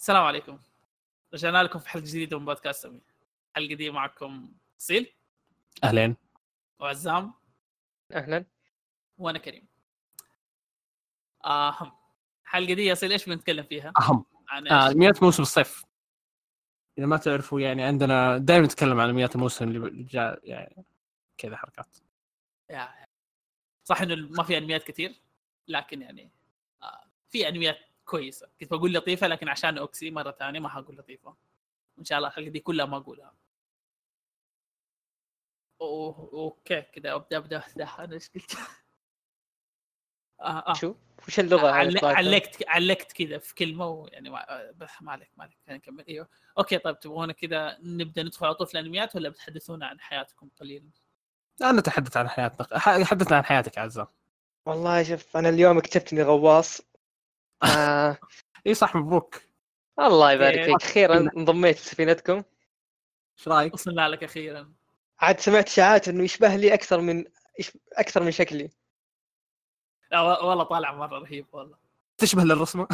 السلام عليكم. رجعنا لكم في حلقة جديدة من بودكاست سمي. الحلقة دي معكم سيل أهلين وعزام أهلا وأنا كريم. الحلقة دي يا سيل إيش بنتكلم فيها؟ أهم عن إيش؟ مئات موسم الصيف. إذا ما تعرفوا يعني عندنا دائما نتكلم عن مئات الموسم اللي جاء يعني كذا حركات. صح إنه ما في أنميات كتير لكن يعني في أنميات كويسة. كنت بقول لطيفة لكن عشان أوكسي مرة ثانية ما هقول لطيفة. إن شاء الله الحلقة دي كلها ما أقولها. أوكي كده أبدأ أنا إيش قلت؟ شو وش اللغة علقت كذا في كلمة يعني ما عليك نكمل. ايوه اوكي طيب تبغون كذا نبدا ندخل على طول في الانميات ولا بتحدثونا عن حياتكم قليلا؟ أنا تحدث عن حياتنا، حدثنا عن حياتك عزام. والله شوف أنا اليوم اكتشفت إني غواص. إيه صح مبروك. الله يبارك فيك أخيرا انضميت لسفينتكم. ايش رايك؟ وصلنا لك أخيرا. عاد سمعت شائعات إنه يشبه لي أكثر من شكلي. لا والله طالع مرة رهيب والله. تشبه للرسمة.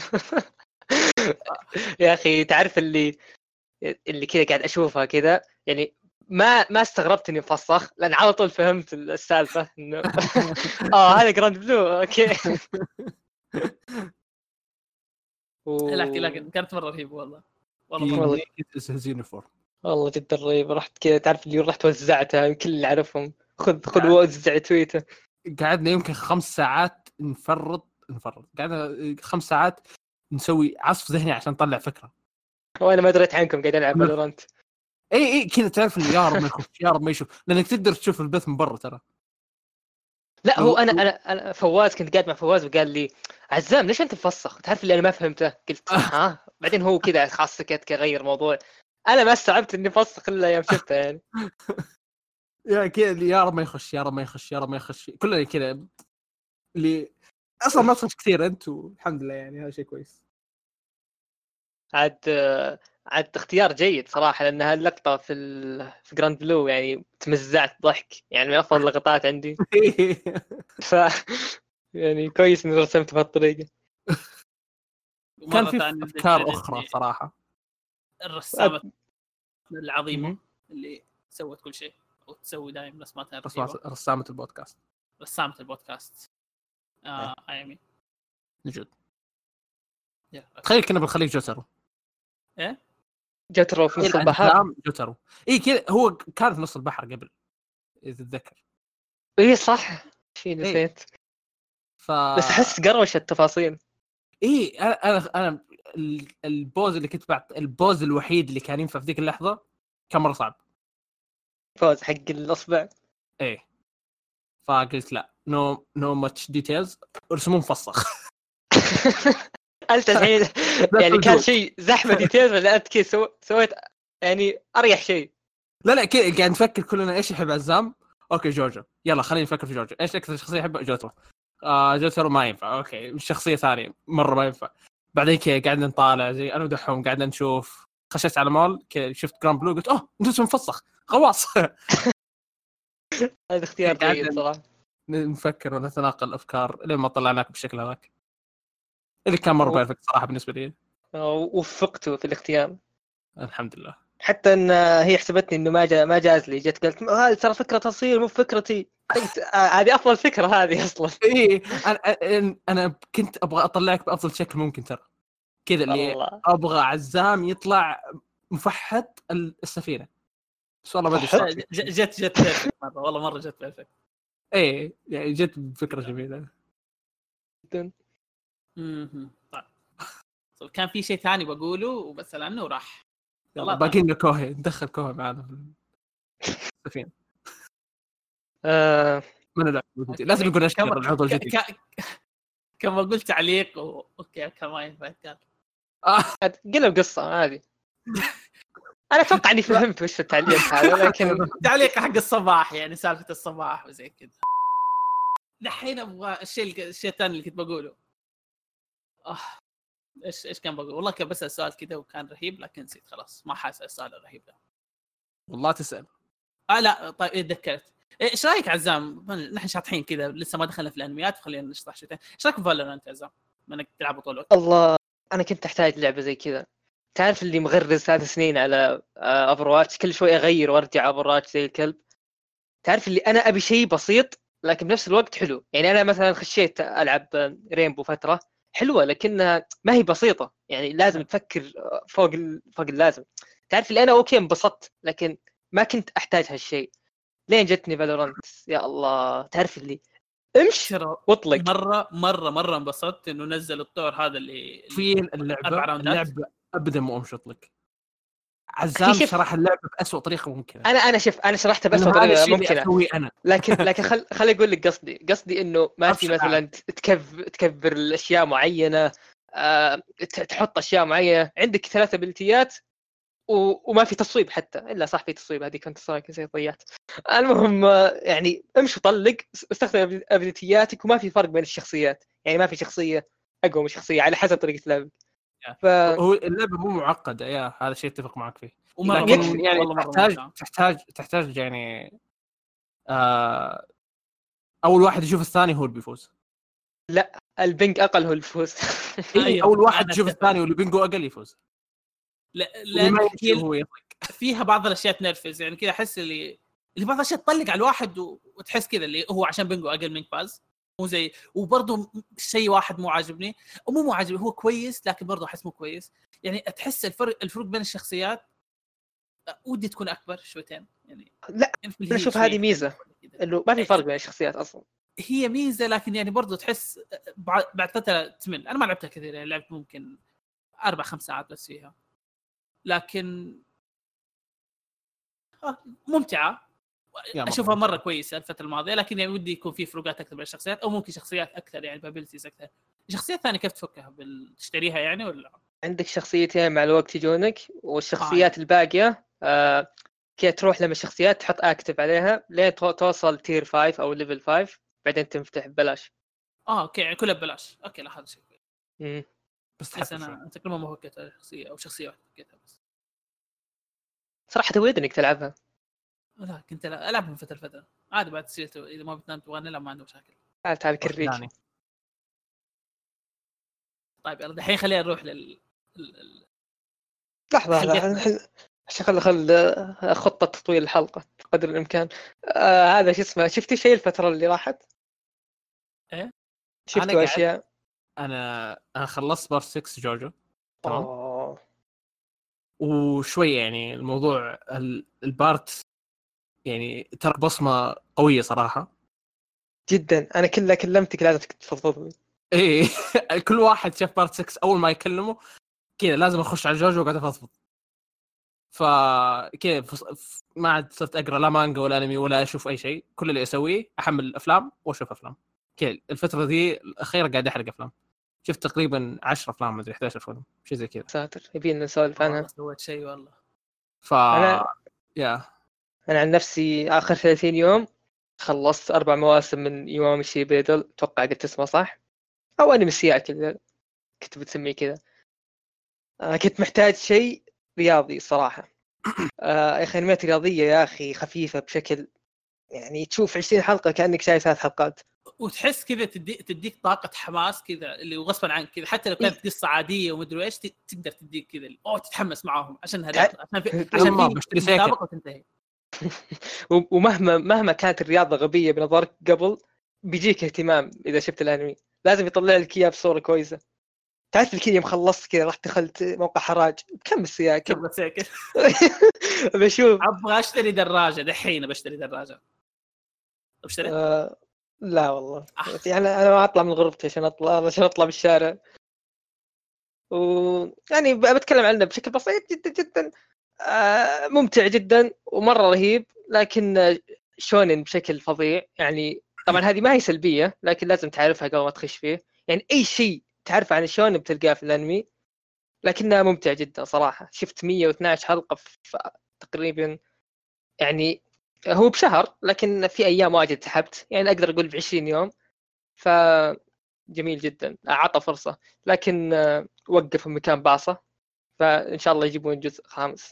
يا أخي تعرف اللي كذا قاعد أشوفها كذا يعني ما استغربت إني مفسخ لأن على طول فهمت السالفة إنه هذا جراند بلو أوكي. لكن كانت مرة رهيب والله يونيفورم والله جدا رهيب. رحت كذا تعرف اللي رحت وزعتها كل اللي أعرفهم خذ وزع تويته. قعدنا يمكن 5 ساعات نفرط قعدنا 5 ساعات نسوي عصف ذهني عشان نطلع فكرة. وانا ما دريت عنكم قاعد العب فالورانت. اي كذا تعرف اللي يا رب ما يخش يا رب ما يشوف لانك تقدر تشوف البث من برا ترى. لا هو انا فواز كنت قاعد مع فواز وقال لي عزام ليش انت مفسخ؟ تعرف اللي انا ما فهمته قلت بعدين هو كذا خاص سكت كغير موضوع. انا ما استوعبت اني مفسخ الا يوم شفته يعني. يا كذا يا رب ما يخش كلنا كذا اللي اصلا ما تخش كثير انت والحمد لله يعني هذا شيء كويس. عاد اختيار جيد صراحه لان هاللقطه في جراند بلو يعني تمزعت ضحك يعني من افضل اللقطات عندي. ف يعني كويس اني رسمت بهالطريقه. كان في افكار اخرى صراحه. الرسامه العظيمه اللي سوت كل شيء وتسوي دائما رسماتها رسامه البودكاست ايمي نجد. تخيل كنا بالخليج جوترو. ايه جوترو في نص البحر. جوترو ايه كذا هو كان في نص البحر قبل اذا تتذكر. ايه صح شيء نسيت. بس احس قروش التفاصيل. ايه انا البوز اللي كنت البوز الوحيد اللي كان ينفع في ذيك اللحظه كان مره صعب. فوز حق الاصبع. ايه فقلت لا نو ماتش ديتيلز ارسموا مفسخ. انت الحين يعني كان شيء زحمه ديتيلز ولا انت كيف سويت يعني اريح شيء؟ لا كذا قاعد نفكر كلنا ايش يحب عزام. اوكي جورجو يلا خلينا نفكر في جورجو. ايش اكثر شخصيه يحب جوترو؟ جوترو ما ينفع. اوكي مش شخصيه ثانيه مره ما ينفع. بعدين كذا قاعدنا نطالع زي انا ودحوم قاعدنا نشوف. خشيت على مول كذا شفت جراند بلو قلت انت مفسخ غواص. هذا اختيار جيد صراحه. نفكر ونتناقل الافكار لين ما طلعناك بالشكل هذاك اللي كان مره بيرفكت صراحه بالنسبه لي. وفقته في الاختيار الحمد لله. حتى ان هي حسبتني انه ما جاز لي. جت قالت هذه ترى فكره تصوير مو فكرتي. هذه افضل فكره هذه اصلا. ايه انا كنت ابغى اطلعك بافضل شكل ممكن ترى كذا اللي الله. ابغى عزام يطلع مفحط السفينه. بس والله ما ادري جت مره والله مره جت بيرفكت. ايه يعني جت بفكره جميله طيب كان في شيء ثاني بقوله وبس لانه راح. باقي لنا كوهي ندخل كوهي معنا في السفينه. من لازم نقول اشكر العضو الجديد. كما قلت تعليق اوكي كمان ينفع قال قلب قصه هذه. انا اتوقع اني فهمت وش التعليق هذا لكن تعليق حق الصباح يعني سالفه الصباح وزي كذا. الحين ابغى الشيء الثاني اللي كنت بقوله. ايش كان بقول والله كان بس السؤال كذا وكان رهيب لكن نسيت خلاص ما حاسس السؤال الرهيب ده. والله تسال لا طيب اتذكرت. ايش رايك عزام؟ نحن شاطحين كذا لسه ما دخلنا في الانميات فخلينا نشطح شوي. ايش رايك في فالورانت عزام؟ منك تلعب طول الوقت. الله انا كنت احتاج لعبه زي كذا. تعرف اللي مغرز 3 سنين على اوفرواتش، كل شوي اغير وارجع اوفرواتش زي الكلب. تعرف اللي انا ابي شيء بسيط لكن بنفس الوقت حلو. يعني انا مثلا خشيت العب رينبو فتره حلوه لكنها ما هي بسيطه، يعني لازم تفكر فوق اللازم. تعرف اللي انا اوكي انبسطت لكن ما كنت احتاج هالشيء. لين جتني فالورانت يا الله. تعرف اللي امش ترى واطلق. مره انبسطت انه نزل الطور هذا اللي في 4 راوندات. اللعبه ابدا مو امشط لك. أخي عزام شوف، شرح اللعبه باسوء طريقه ممكنه. انا شوف، انا شرحتها بس هذا بطريقه الشيء اللي ممكنه. اسويه انا. لكن خل اقول لك قصدي انه ما في أبشر. مثلا تكبر الاشياء معينه، تحط اشياء معينه. عندك 3 ابيلتيات وما في تصويب حتى، الا صح في تصويب، هذه كنت صاير زي ضيعت. المهم يعني امشي طلق، استخدم ابيلتياتك وما في فرق بين الشخصيات. يعني ما في شخصيه اقوى من شخصيه على حسب طريقه لعبك. ف هو اللعبه مو معقده يا هذا الشيء اتفق معك فيه. ومره لكن يكفي. يعني والله مرة تحتاج يعني اول واحد يشوف الثاني هو اللي بيفوز. لا، البنج اقل هو الفوز. أيوة، اول واحد أنا يشوف أتفق. الثاني واللي بينجو اقل يفوز. اللي ما يمشي هي هو يطلق. فيها بعض الاشياء تنرفز، يعني كذا احس اللي بعض الاشياء تطلق على الواحد وتحس كذا اللي هو عشان بينجو اقل منك فاز. مو زي، وبرضه شيء واحد مو عاجبني، مو عاجبني، هو كويس لكن برضه احس مو كويس. يعني تحس الفرق بين الشخصيات ودي تكون اكبر شويتين يعني. لا، يعني انا اشوف هذه ميزه انه ما في فرق بين الشخصيات اصلا. هي ميزه، لكن يعني برضو تحس بعد فتره تمل. انا ما لعبتها كثير، يعني لعبت ممكن 4-5 ساعات بس فيها، لكن ممتعه. اشوفها مره كويسه الفتره الماضيه، لكن يعني ودي يكون في فروقات اكثر بين الشخصيات، او ممكن شخصيات اكثر يعني بابيلتيز اكثر. الشخصيات الثانيه كيف تفكها تشتريها يعني ولا؟ عندك شخصيتين مع الوقت يجونك، والشخصيات الباقيه كي تروح لما الشخصيات تحط اكتف عليها لين توصل تير 5 او ليفل 5 بعدين تنفتح ببلاش. اوكي يعني كلها ببلاش. اوكي لا هذا شيء بس انا تقريبا ما فكيت شخصيه او شخصيه واحده فكيتها بس. صراحه تود انك تلعبها. لا كنت العب من فتره عادي بعد سيرته، اذا ما بتنام تبغى نلعب ما عنده مشاكل. تعال كريك. طيب يلا الحين خلينا نروح لحظه عشان خل خطه تطويل الحلقه قدر الامكان. هذا شو اسمه، شفتي شيء الفتره اللي راحت؟ ايه شفتوا اشياء؟ انا خلصت بارت 6 جوجو تمام. أوه. وشوي يعني الموضوع البارت يعني ترك بصمه قويه صراحه جدا. انا كلها كلمتك لازم تفضفض. ايه كل واحد شاف بارت 6 اول ما يكلمه كذا لازم اخش على جوجو وقاعد افضفض. فكيف ما عاد صرت اقرا لا مانجا ولا انمي ولا اشوف اي شيء. كل اللي اسويه احمل الافلام واشوف افلام. كذا الفتره دي الاخيره قاعد احرق افلام. شفت تقريبا 10 افلام ما ادري 11 فيلم شيء زي كذا. ساتر، يبين نسولف عنها. سويت شيء والله. انا انا عن نفسي اخر 30 يوم خلصت 4 مواسم من يومي شي بيدل. اتوقع قد تسمع صح، او انمي سياك كذا كنت بتسميه كذا. كنت محتاج شيء رياضي صراحه. يا اخي انميات رياضيه يا اخي خفيفه بشكل يعني تشوف 20 حلقه كانك شايف 3 حلقات وتحس كذا تديك طاقه حماس كذا اللي غصبا عنك كذا، حتى لو كانت قصه عاديه ومدري ايش تقدر تديك كذا تتحمس معاهم عشان هدف، عشان بشتري مسابقه وتنتهي. ومهما كانت الرياضه غبيه بنظرك قبل بيجيك اهتمام. اذا شفت الانمي لازم يطلع لك اياه بصوره كويسه. تعرف الكذا يوم خلصت كذا رحت دخلت موقع حراج كم السياكل بشوف ابغى اشتري دراجه دحين، بشتري دراجه. اشتريت لا والله يعني انا ما اطلع من غرفتي عشان اطلع بالشارع. ويعني بتكلم عنه بشكل بسيط جدا جدا. ممتع جدا ومره رهيب، لكن شونن بشكل فظيع. يعني طبعا هذه ما هي سلبيه لكن لازم تعرفها قبل ما تخش فيه. يعني اي شيء تعرف عن الشونن بتلقاه في الانمي، لكنها ممتع جدا صراحه. شفت 112 حلقه في تقريبا، يعني هو بشهر لكن في ايام واجد سحبت، يعني اقدر اقول ب20 يوم. فجميل جدا، اعطى فرصه لكن وقف في مكان باصه. فان شاء الله يجيبون جزء 5.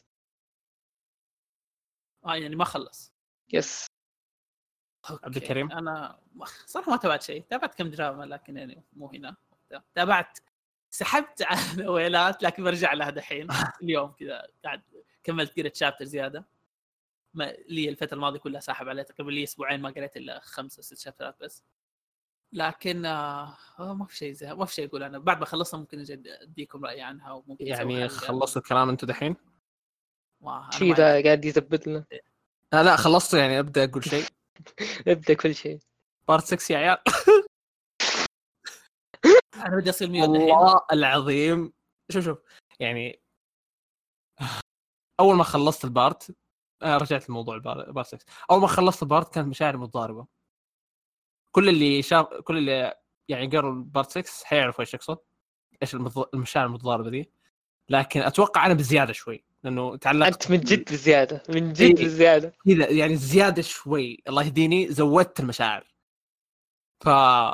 يعني ما خلص. يس. عبد الكريم انا صراحه ما تابعت شيء، تابعت كم دراما لكن يعني مو هنا. تابعت سحبت على ويلات لكن برجع لها دحين اليوم كذا قاعد كملت قريت شابتر زياده ما لي الفتره الماضيه كلها ساحب عليها تقريبا لي اسبوعين ما قريت الا 5 6 شابترات بس لكن ما في شيء زي ما في شيء اقول انا بعد ما خلصها ممكن اجي اديكم رايي عنها وممكن يعني خلصت الكلام انتم دحين شيء ذا قاعد يزبط لنا لا خلصت يعني ابدا اقول شيء ابدا كل شيء بارت 6 يا عيال انا بدي اصير 100 والله العظيم شوف يعني اول ما خلصت البارت رجعت الموضوع البارت 6 اول ما خلصت البارت كانت مشاعري متضاربه كل اللي يعني قروا البارت 6 حيعرفوا ايش اقصد ايش المشاعر المتضاربه دي لكن اتوقع انا بزياده شوي لانه تعلقت انت من جد بزياده من جد بزياده كذا يعني زياده شوي الله يهديني زودت المشاعر ف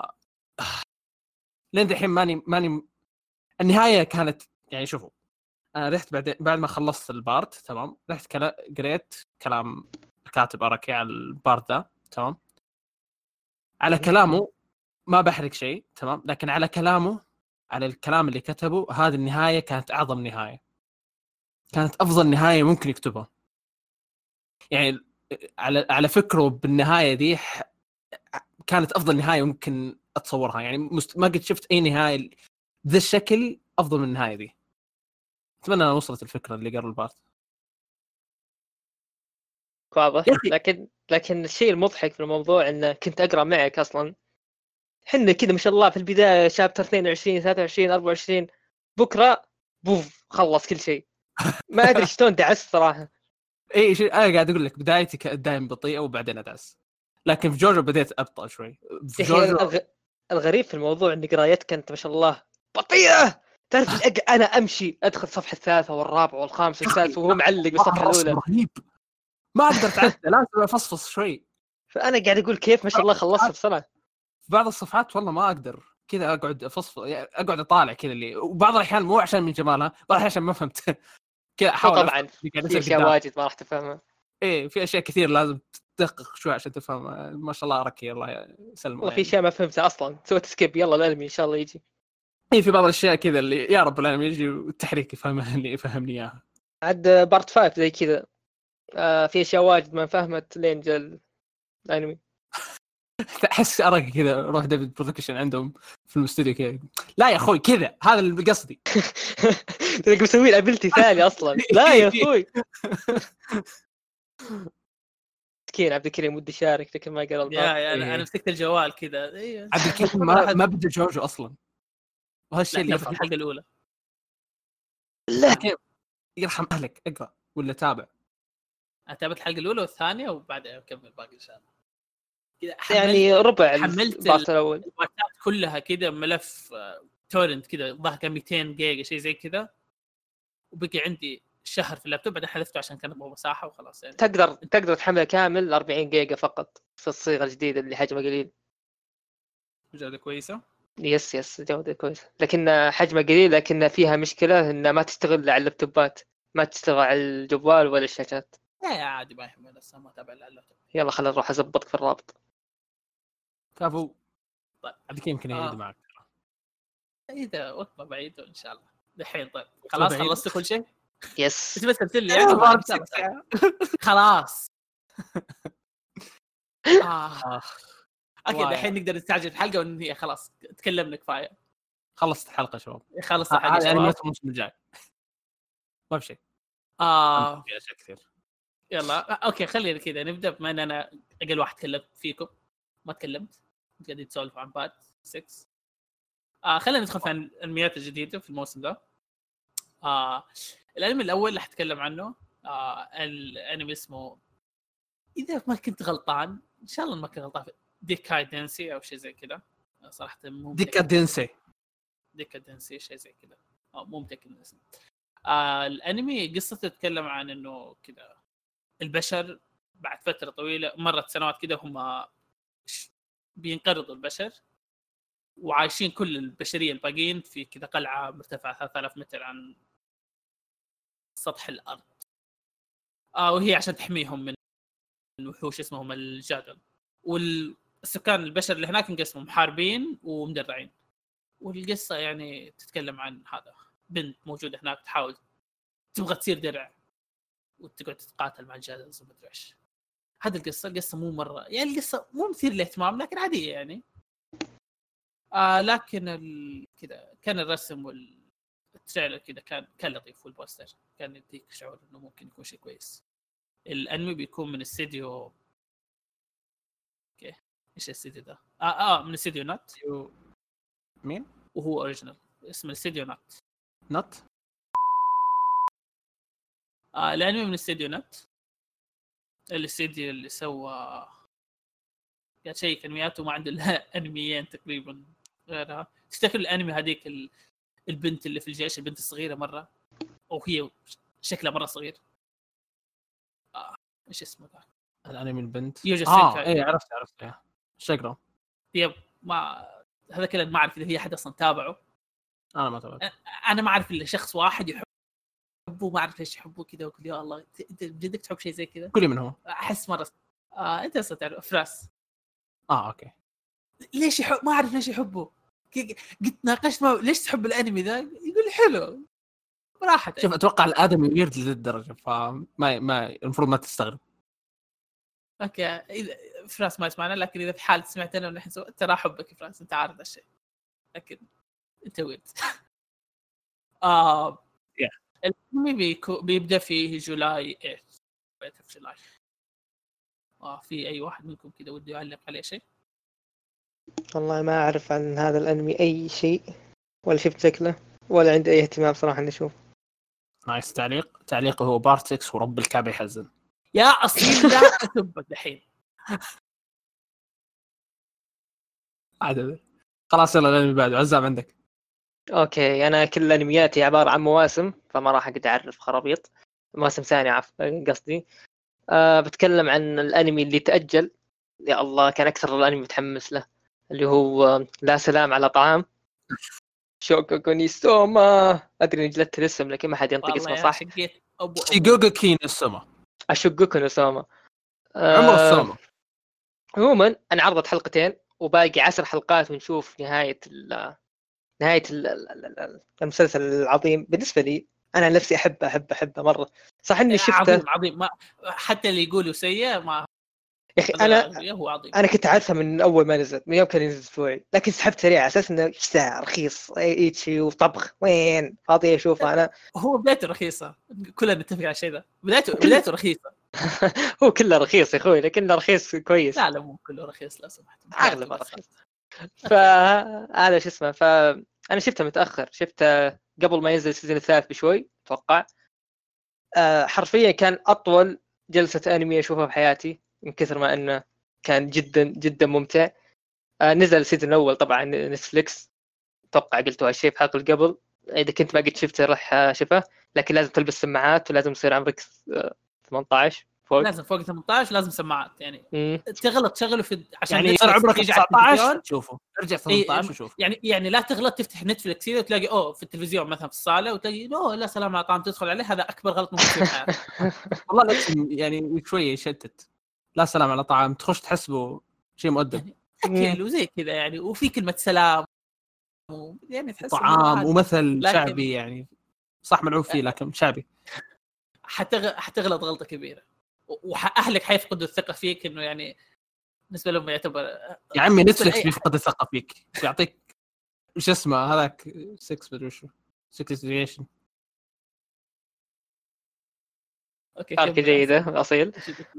لين دحين ماني النهايه كانت يعني شوفوا انا رحت بعد ما خلصت البارت تمام رحت قريت كلام الكاتب أراكي على البارت ده تمام على كلامه ما بحرق شيء تمام لكن على كلامه على الكلام اللي كتبه هذه النهايه كانت اعظم نهايه كانت افضل نهايه ممكن يكتبها يعني على فكره بالنهايه دي كانت افضل نهايه ممكن اتصورها يعني ما قد شفت اي نهايه ذا الشكل افضل من النهايه دي اتمنى أن وصلت الفكره اللي قبل البارت واضح لكن الشيء المضحك في الموضوع انه كنت اقرا معك اصلا حنا كذا ما شاء الله في البدايه شابتر 22 23 24 بكره بوف خلص كل شيء ما ادري شلون دعست صراحه اي شيء انا قاعد اقول لك بدايتي دائما بطيئه وبعدين ادعس لكن في جوجو بديت ابطا شوي في جوجو الغريب في الموضوع ان قرايتك كانت ما شاء الله بطيئه تعرف انا امشي ادخل الصفحه الثالثه والرابعه والخامسه والسادسه وهو معلق بالصفحه الاولى رهيب ما اقدر تعدي لازم افصفص شوي فانا قاعد اقول كيف ما شاء الله خلصت بسرعه في بعض الصفحات والله ما اقدر كذا اقعد افصفص يعني اقعد اطالع كذا اللي وبعض الاحيان مو عشان من جمالها بعض الاحيان عشان ما فهمت كذا احاول طبعا في اشياء واجد ما راح تفهمها ايه في اشياء كثير لازم تدقق شوي عشان تفهم ما شاء الله ركي الله يسلمه والله في اشياء ما فهمتها اصلا سويت سكيب يلا الانمي ان شاء الله يجي ايه في بعض الاشياء كذا اللي يا رب الانمي يجي والتحريك يفهمني اياها عاد بارت 5 زي كذا في اشياء واجد ما فهمت لين جاء الانمي احس ارق كذا روح ديفيد برودكشن عندهم في الاستوديو كذا لا يا اخوي كذا هذا اللي قصدي تلقى مسوي ابيلتي ثاني اصلا لا يا اخوي مسكين عبد الكريم ودي يشارك لكن ما قرا البارت يا انا مسكت الجوال كذا عبد الكريم ما بدا جوجو اصلا وهالشيء اللي في الحلقه الاولى لا كيف يرحم اهلك اقرا ولا تابع اتابع الحلقه الاولى والثانيه وبعدها اكمل باقي ان شاء الله كذا يعني ربع حملت البارت الاول البارتات كلها كذا ملف تورنت كذا ظهر كان 200 جيجا شيء زي كذا وبقي عندي شهر في اللابتوب بعدين حذفته عشان كان ابغى مساحه وخلاص يعني تقدر تحمله كامل 40 جيجا فقط في الصيغه الجديده اللي حجمه قليل جوده كويسه يس جوده كويسه لكن حجمه قليل لكن فيها مشكله انها ما تشتغل على اللابتوبات ما تشتغل على الجوال ولا الشاشات لا عادي ما يهمني بس ما اتابع اللابتوب يلا خلينا نروح ازبطك في الرابط كفو طيب عندك يمكن يعيد معك اذا وقت ما بعيد ان شاء الله دحين طيب خلاص خلصت كل شيء يس انت بس قلت لي يعني خلاص اكيد الحين نقدر نستعجل الحلقه وننهي خلاص تكلمنا كفايه خلصت الحلقه شباب خلصت الحلقه يعني ما الموسم الجاي ما في شيء في اشياء كثير يلا اوكي خلينا كذا نبدا بما ان انا اقل واحد تكلمت فيكم ما تكلمت قاعدين نسولف عن بات 6 خلينا ندخل في الانميات الجديده في الموسم ده الانمي الاول اللي حتكلم عنه الانمي اسمه اذا ما كنت غلطان ان شاء الله ما كنت غلطان ديكادنسي او شيء زي كذا صراحه مو ديكادنسي شيء زي كذا مو متاكد من الاسم الانمي قصته تتكلم عن انه كذا البشر بعد فتره طويله مرت سنوات كذا هم بينقرضوا البشر وعايشين كل البشريه الباقيين في كذا قلعه مرتفعه 3000 متر عن سطح الارض وهي عشان تحميهم من وحوش اسمهم الجادل والسكان البشر اللي هناك انقسموا محاربين ومدرعين والقصه يعني تتكلم عن هذا بنت موجوده هناك تحاول تبغى تصير درع وتقعد تتقاتل مع الجاذز وما ادري ايش. هذه القصه مو مره يعني القصه مو مثير للاهتمام لكن عاديه يعني. لكن كذا كان الرسم والتريلر كذا كان لطيف والبوستر كان يديك شعور انه ممكن يكون شيء كويس. الانمي بيكون من استديو ايش الاستديو ده؟ من استديو نوت. مين؟ وهو اوريجينال اسم الاستديو نوت الانمي من استديو نوت، الاستديو اللي سوى قاعد شيء انمياته ما عنده الا انميين تقريبا غيرها. تفتكر الانمي هذيك البنت اللي في الجيش، البنت الصغيره مره او هي شكلها مره صغير، ايش اسمه ذا الانمي البنت؟ يوجو سينكاي. ايه عرفت شكله. يب ما هذا كله ما اعرف اذا هي حد اصلا تابعه. انا ما تابعت. انا ما اعرف الا شخص واحد يحبه ما اعرف ليش يحبه كذا وكل يا الله انت بجدك تحب شيء زي كذا. كل من هو احس مره انت اصلا تعرف فراس. اوكي. ليش يحب ما اعرف ليش يحبه. قلت ناقشت ما ليش تحب الانمي ذا يقول حلو راحت. شوف اتوقع الادمي ويرد للدرجه فما المفروض ما تستغرب. اوكي اذا فراس ما يسمعنا لكن اذا في حال سمعتنا ونحن ترى حبك فراس انت عارف الشيء لكن انت ويرد. الانمي بيبدا في جولاي 8 في جولاي. في اي واحد منكم كذا وده يعلق عليه شيء؟ والله ما أعرف عن هذا الأنمي أي شيء ولا شفت شكله ولا عندي أي اهتمام صراحة إني أشوف. نايس. تعليقه هو بارت 6 ورب الكعبة يحزن. يا أصيل لا أسبك الحين. عادي خلاص يلا الأنمي بعده. عزام عندك؟ أوكي أنا كل أنمياتي عبارة عن مواسم فما راح أقدر أعرف خرابيط. مواسم ثانية قصدي. بتكلم عن الأنمي اللي تأجل. يا الله كان أكثر الأنمي متحمس له اللي هو لا سلام على طعام شوكوكوني سوما. أدري إني جلدت الاسم لكن ما حد ينطق اسمه صح. شيغوكي نو سوما. شوكوكوني سوما. عمر السوما. عموما أنا عرضت حلقتين وباقي 10 حلقات ونشوف نهاية المسلسل العظيم بالنسبة لي. أنا نفسي أحبه مرة. صح إني شفته عظيم ما حتى اللي يقولوا سيء ما يا أخي هو عظيم. أنا كنت عارفه من أول ما نزل من يوم كان ينزل أسبوعي لكن سحبت سريع على أساس إنه سعر رخيص إيتشي وطبخ وين فاضي أشوفه أنا. هو بدايته رخيصة كلنا نتفق على الشيء ذا. بدايته رخيصة. هو كله رخيص يا أخوي لكنه رخيص كويس. لا مو كله رخيص لا سمحت. أغلب رخيص. فهذا شو اسمه. فأنا شفته متأخر. شفته قبل ما ينزل السيزون الثالث بشوي أتوقع. حرفيا كان أطول جلسة أنمي أشوفها في حياتي من كثر ما أنه كان جدا جدا ممتع. نزل السيزون الأول طبعا نتفليكس. أتوقع قلتوا هالشيء في حلقة قبل. إذا كنت ما قد شفته راح شفه لكن لازم تلبس سماعات ولازم يصير عمرك 18 فوق. لازم فوق 18 لازم سماعات يعني. تغلط تشغله في عشان يعني صار عمرك 19 شوفه ارجع 18 وشوف. يعني لا تغلط تفتح نتفلكس كذا وتلاقي في التلفزيون مثلا في الصاله وتلاقي لا سلام على طعام تدخل عليه. هذا اكبر غلط ممكن تصير في حياتك. والله الاسم يعني شويه يشتت. لا سلام على طعام تخش تحسبه شيء مؤدب يعني اكل وزي كذا يعني وفي كلمه سلام يعني تحس طعام ومثل شعبي يعني صح ملعوب فيه لكن شعبي. حتغلط غلطه كبيره واهلك حيفقدوا الثقه فيك انه يعني بالنسبه لهم يعتبر يا عمي نتفلكس بيفقد الثقه فيك يعطيك ايش اسمه هذاك 6 بدري شو 6 سيتويشن. اوكي حركه جيده اصيل.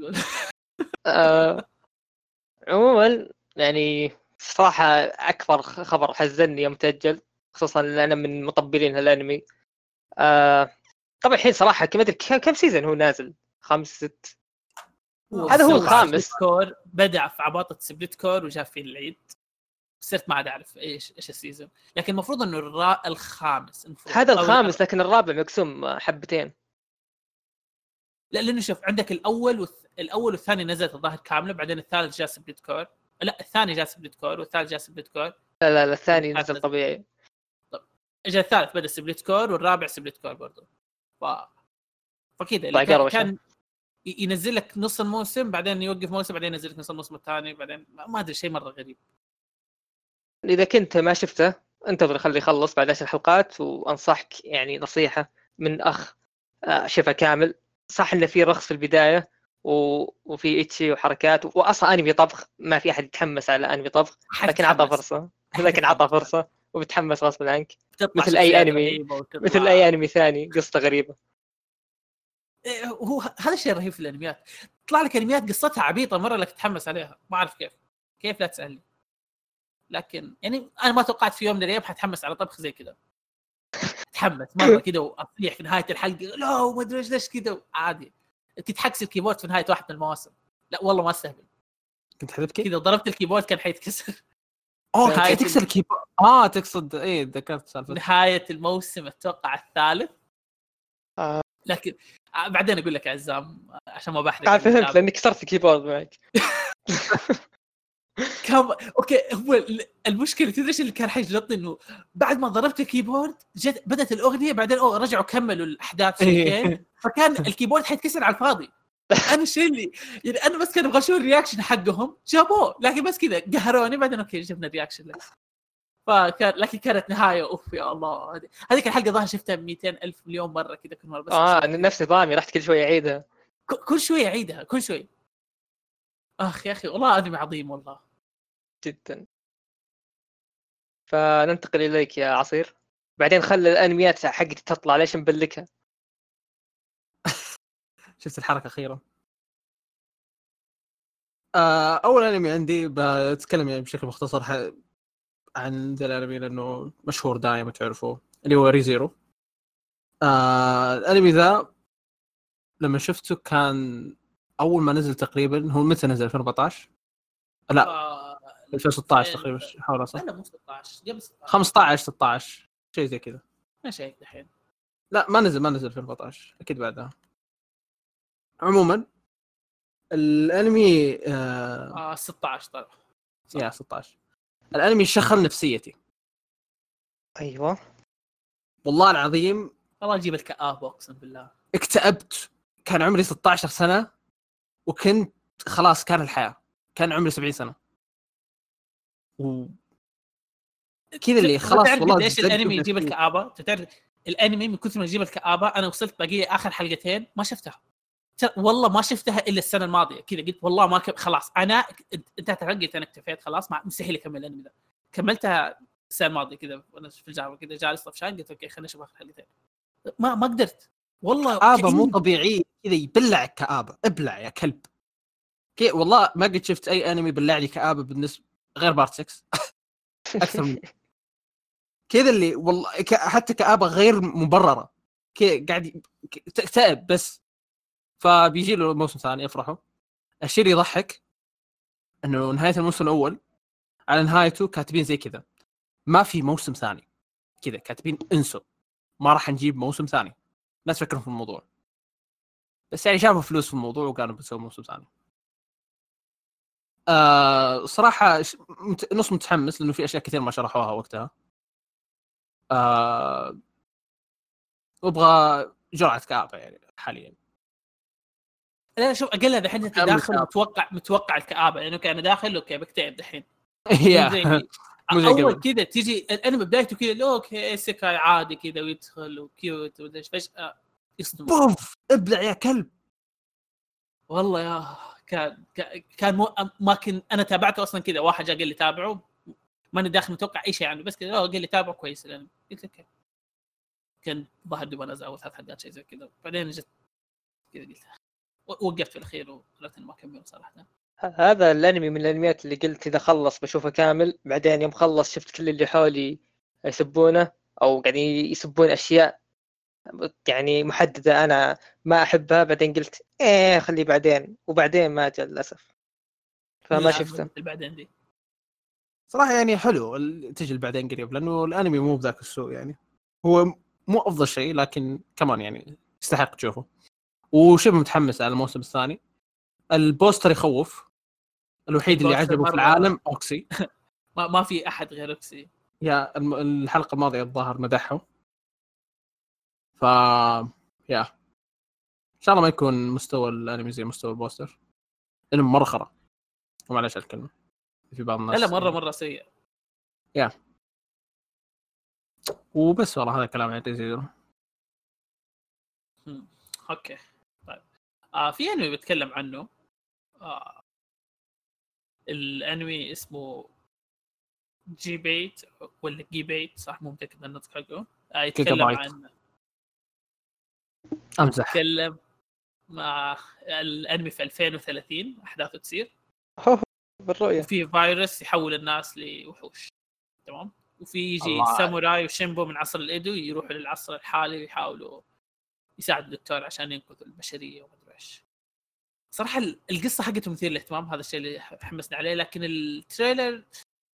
عموما يعني صراحه اكبر خبر حزنني يوم تاجل خصوصا ان انا من مطبلين هالانمي. طبعا الحين صراحه كم سيزون هو نازل 5 6. هذا هو الخامس. كور بدع في عباطه سبليت كور وجاء في العيد صرت ما عاد اعرف ايش السيزون لكن المفروض انه الخامس هذا الخامس لكن الرابع مقسوم حبتين. لا لانه شوف عندك الاول والثاني نزلت الظاهر كامله بعدين الثالث جاء سبليت كور. لا الثاني جاء سبليت كور والثالث جاء سبليت كور. لا الثاني نزل طبيعي. طب اجى الثالث بدا سبليت كور والرابع سبليت كور برضه فكذا كان ينزل لك نص الموسم بعدين يوقف موسم بعدين ينزل لك نص الموسم الثاني بعدين ما ادري شيء مره غريب. اذا كنت ما شفته انتظر خلي يخلص بعد 10 حلقات، وانصحك يعني نصيحة من اخ شفا كامل. صح انه في رخص في البداية وفي اتشي وحركات، واصلا انمي طبخ ما في احد يتحمس على انمي طبخ، لكن عطى حتتحمس فرصة. لكن عطى فرصة وبتحمس غصبا عنك، بتطلع مثل اي شخصيات انمي، رهيبه مثل وتطلع اي انمي ثاني قصته غريبة. هو هذا الشيء الرهيب في الانميات، تطلع لك انميات قصتها عبيطه مره لك تتحمس عليها، ما اعرف كيف لا تسالني. لكن يعني انا ما توقعت في يوم من الايام حتحمس على طبخ زي كذا، اتحمس مره كذا واصيح في نهايه الحلقه لا ما ادري ليش كذا عادي، تتحكس الكيبورد في نهايه واحده من المواسم. لا والله ما استهبل، كنت حتبكي كذا ضربت الكيبورد كان حيتكسر. اوه تكسر الكيبورد تقصد ايه ذكرت سالفه نهايه الموسم اتوقع الثالث. آه. لكن بعدين اقول لك يا عزام عشان ما بحرق. فهمت لانك كسرت الكيبورد معك. اوكي هو المشكله تدري ايش اللي كان حيجلطني؟ انه بعد ما ضربت الكيبورد بدت الاغنيه، بعدين رجعوا كملوا الاحداث شويتين، فكان الكيبورد حيتكسر على الفاضي. انا الشيء اللي يعني انا بس كان ابغى اشوف الرياكشن حقهم جابوه، لكن بس كذا قهروني. بعدين اوكي جبنا الرياكشن لك. فكان لكن كانت نهايه اوف يا الله. هذيك الحلقه ظاهر شفتها 200,000 مليون مره كذا كل مره بس نفس نظامي رحت كل شويه اعيدها، كل شويه اعيدها كل شوي. اخ يا اخي والله انمي عظيم والله جدا. فننتقل اليك يا عصير، بعدين خلي الانميات حقتي تطلع ليش مبلكها. شفت الحركه اخيرا. اول انمي عندي بتكلم يعني بشكل مختصر عن ذا الانمي لانه مشهور دائما تعرفوه، اللي هو ريزيرو. الانمي ذا لما شفته كان اول ما نزل تقريبا، هو متى نزل 2014 لا 2016 تقريبا حوالي صح. لا مو 16 قبل 15 16 شيء زي كذا. ما شايف الحين. لا ما نزل 2014 اكيد بعدها. عموما الانمي 16 طبعا يا 16 الانمي شخل نفسيتي. ايوه والله العظيم والله اجيب الكآبة اقسم بالله. اكتئبت. كان عمري 16 سنة وكنت خلاص كان الحياة، كان عمري 70 سنة كذا اللي خلاص. والله ليش الانمي يجيب الكآبة؟ تعرف الانمي من كثر ما يجيب الكآبة انا وصلت باقي اخر حلقتين ما شفتها والله ما شفتها الا السنة الماضية كذا. قلت والله ما خلاص انا انت ترقيت انا اكتفيت خلاص ما مستحيل اكمل الانمي ده. كملتها السنة الماضية كذا وانا في الجامعة كذا جالس طفشان قلت اوكي خلينا نشوف اخر حلقتين. ما قدرت والله. كآبة مو طبيعية كذا يبلع الكآبة. ابلع يا كلب كي. والله ما قد شفت اي انمي بلع لي كآبة بالنسبة غير بارت 6 اكثر من كذا اللي والله حتى كآبة غير مبررة كي قاعد تكتئب بس. فبيجي له موسم ثاني افرحوا. الشيء اللي يضحك انه نهاية الموسم الاول على نهايته كاتبين زي كذا ما في موسم ثاني كذا، كاتبين انسوا ما راح نجيب موسم ثاني. الناس فكروا في الموضوع بس يعني شافوا فلوس في الموضوع وقالوا بنسوي موسم ثاني. صراحة نص متحمس لأنه في أشياء كثير ما شرحوها وقتها. وابغى جرعة كآبة يعني حاليا. لا شوف اقل هذا الحين انت داخل متوقع الكآبة لانه كان داخل اوكي بكتئب دحين. اول كذا تيجي الانمي بدايته كذا اوكي سكاي عادي كذا ويدخل وكيوت ودش فجأة يصدم بوف ابلع يا كلب. والله يا كان ما كنت انا تابعته اصلا كذا. واحد جاء قال لي تابعه ماني داخل متوقع اي شيء عنه بس كذا قال لي تابعه كويس الانمي. قلت لك كان ظهر دوب انا اول 3 حلقات شيء زي كذا بعدين جت كذا قلت وقفت في الاخير وقلت ما اكمل صراحه. هذا الانمي من الانميات اللي قلت اذا خلص بشوفه كامل، بعدين يوم خلص شفت كل اللي حولي يسبونه او قاعدين يسبون اشياء يعني محدده انا ما احبها، بعدين قلت خليه بعدين، وبعدين ما جاء للاسف فما شفته. بعدين دي صراحة يعني حلو تجي بعدين قريب لأنه الأنمي مو بذاك السوء يعني. هو مو أفضل شيء لكن كمان يعني يستحق تشوفه. وشبه متحمس على الموسم الثاني. البوستر يخوف. الوحيد اللي عجبه في العالم أوكسي. ما في أحد غير أوكسي. يا الحلقة الماضية الظاهر مدحه. يا إن شاء الله ما يكون مستوى الأنمي زي مستوى البوستر لأنه مرة خرا ومعلش الكلمة في بعض الناس. لا مرة سيء. وبس والله هذا كلام عن زيرو. اوكي طيب في انمي بتكلم عنه الانمي اسمه جي بيت ولا جي بيت صح مو متاكد من النطق حقه يتكلم عن امزح يتكلم مع الانمي في 2030 احداثه تصير بالرؤيه وفي فيروس يحول الناس لوحوش تمام وفي يجي ساموراي وشيمبو من عصر الايدو يروحوا للعصر الحالي ويحاولوا يساعدوا الدكتور عشان ينقذوا البشريه وما ادري ايش. صراحه القصه حقته مثير للاهتمام هذا الشيء اللي حمسني عليه لكن التريلر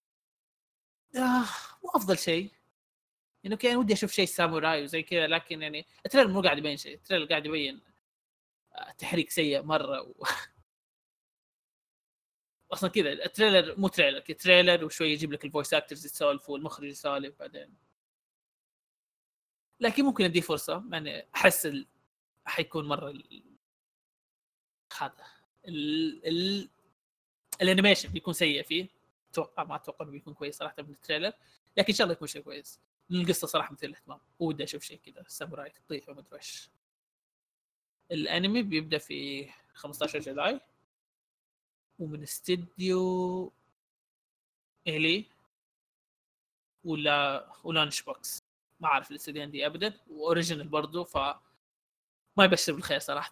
مو افضل شيء يعني كان ودي اشوف شيء ساموراي وزي كذا لكن يعني التريلر مو قاعد يبين شيء التريلر قاعد يبين تحريك سيء مره اصلا كذا التريلر مو تريلر وشوي يجيب لك الفويس اكترز يسولفوا والمخرج يسولف بعدين لكن ممكن اديه فرصه يعني احس حيكون مره هذا الانيميشن بيكون سيء فيه ما اتوقع انه بيكون كويس صراحه من التريلر لكن ان شاء الله يكون شيء كويس. القصه صراحه مثير للاهتمام ودي اشوف شيء كذا ساموراي تطيح وما ادري ايش. الانمي بيبدا في 15 جولاي ومن استديو إلي ولا لانش بوكس ما اعرف الاستديوهين دي ابدا واوريجينال برضو فما يبشر بالخير صراحه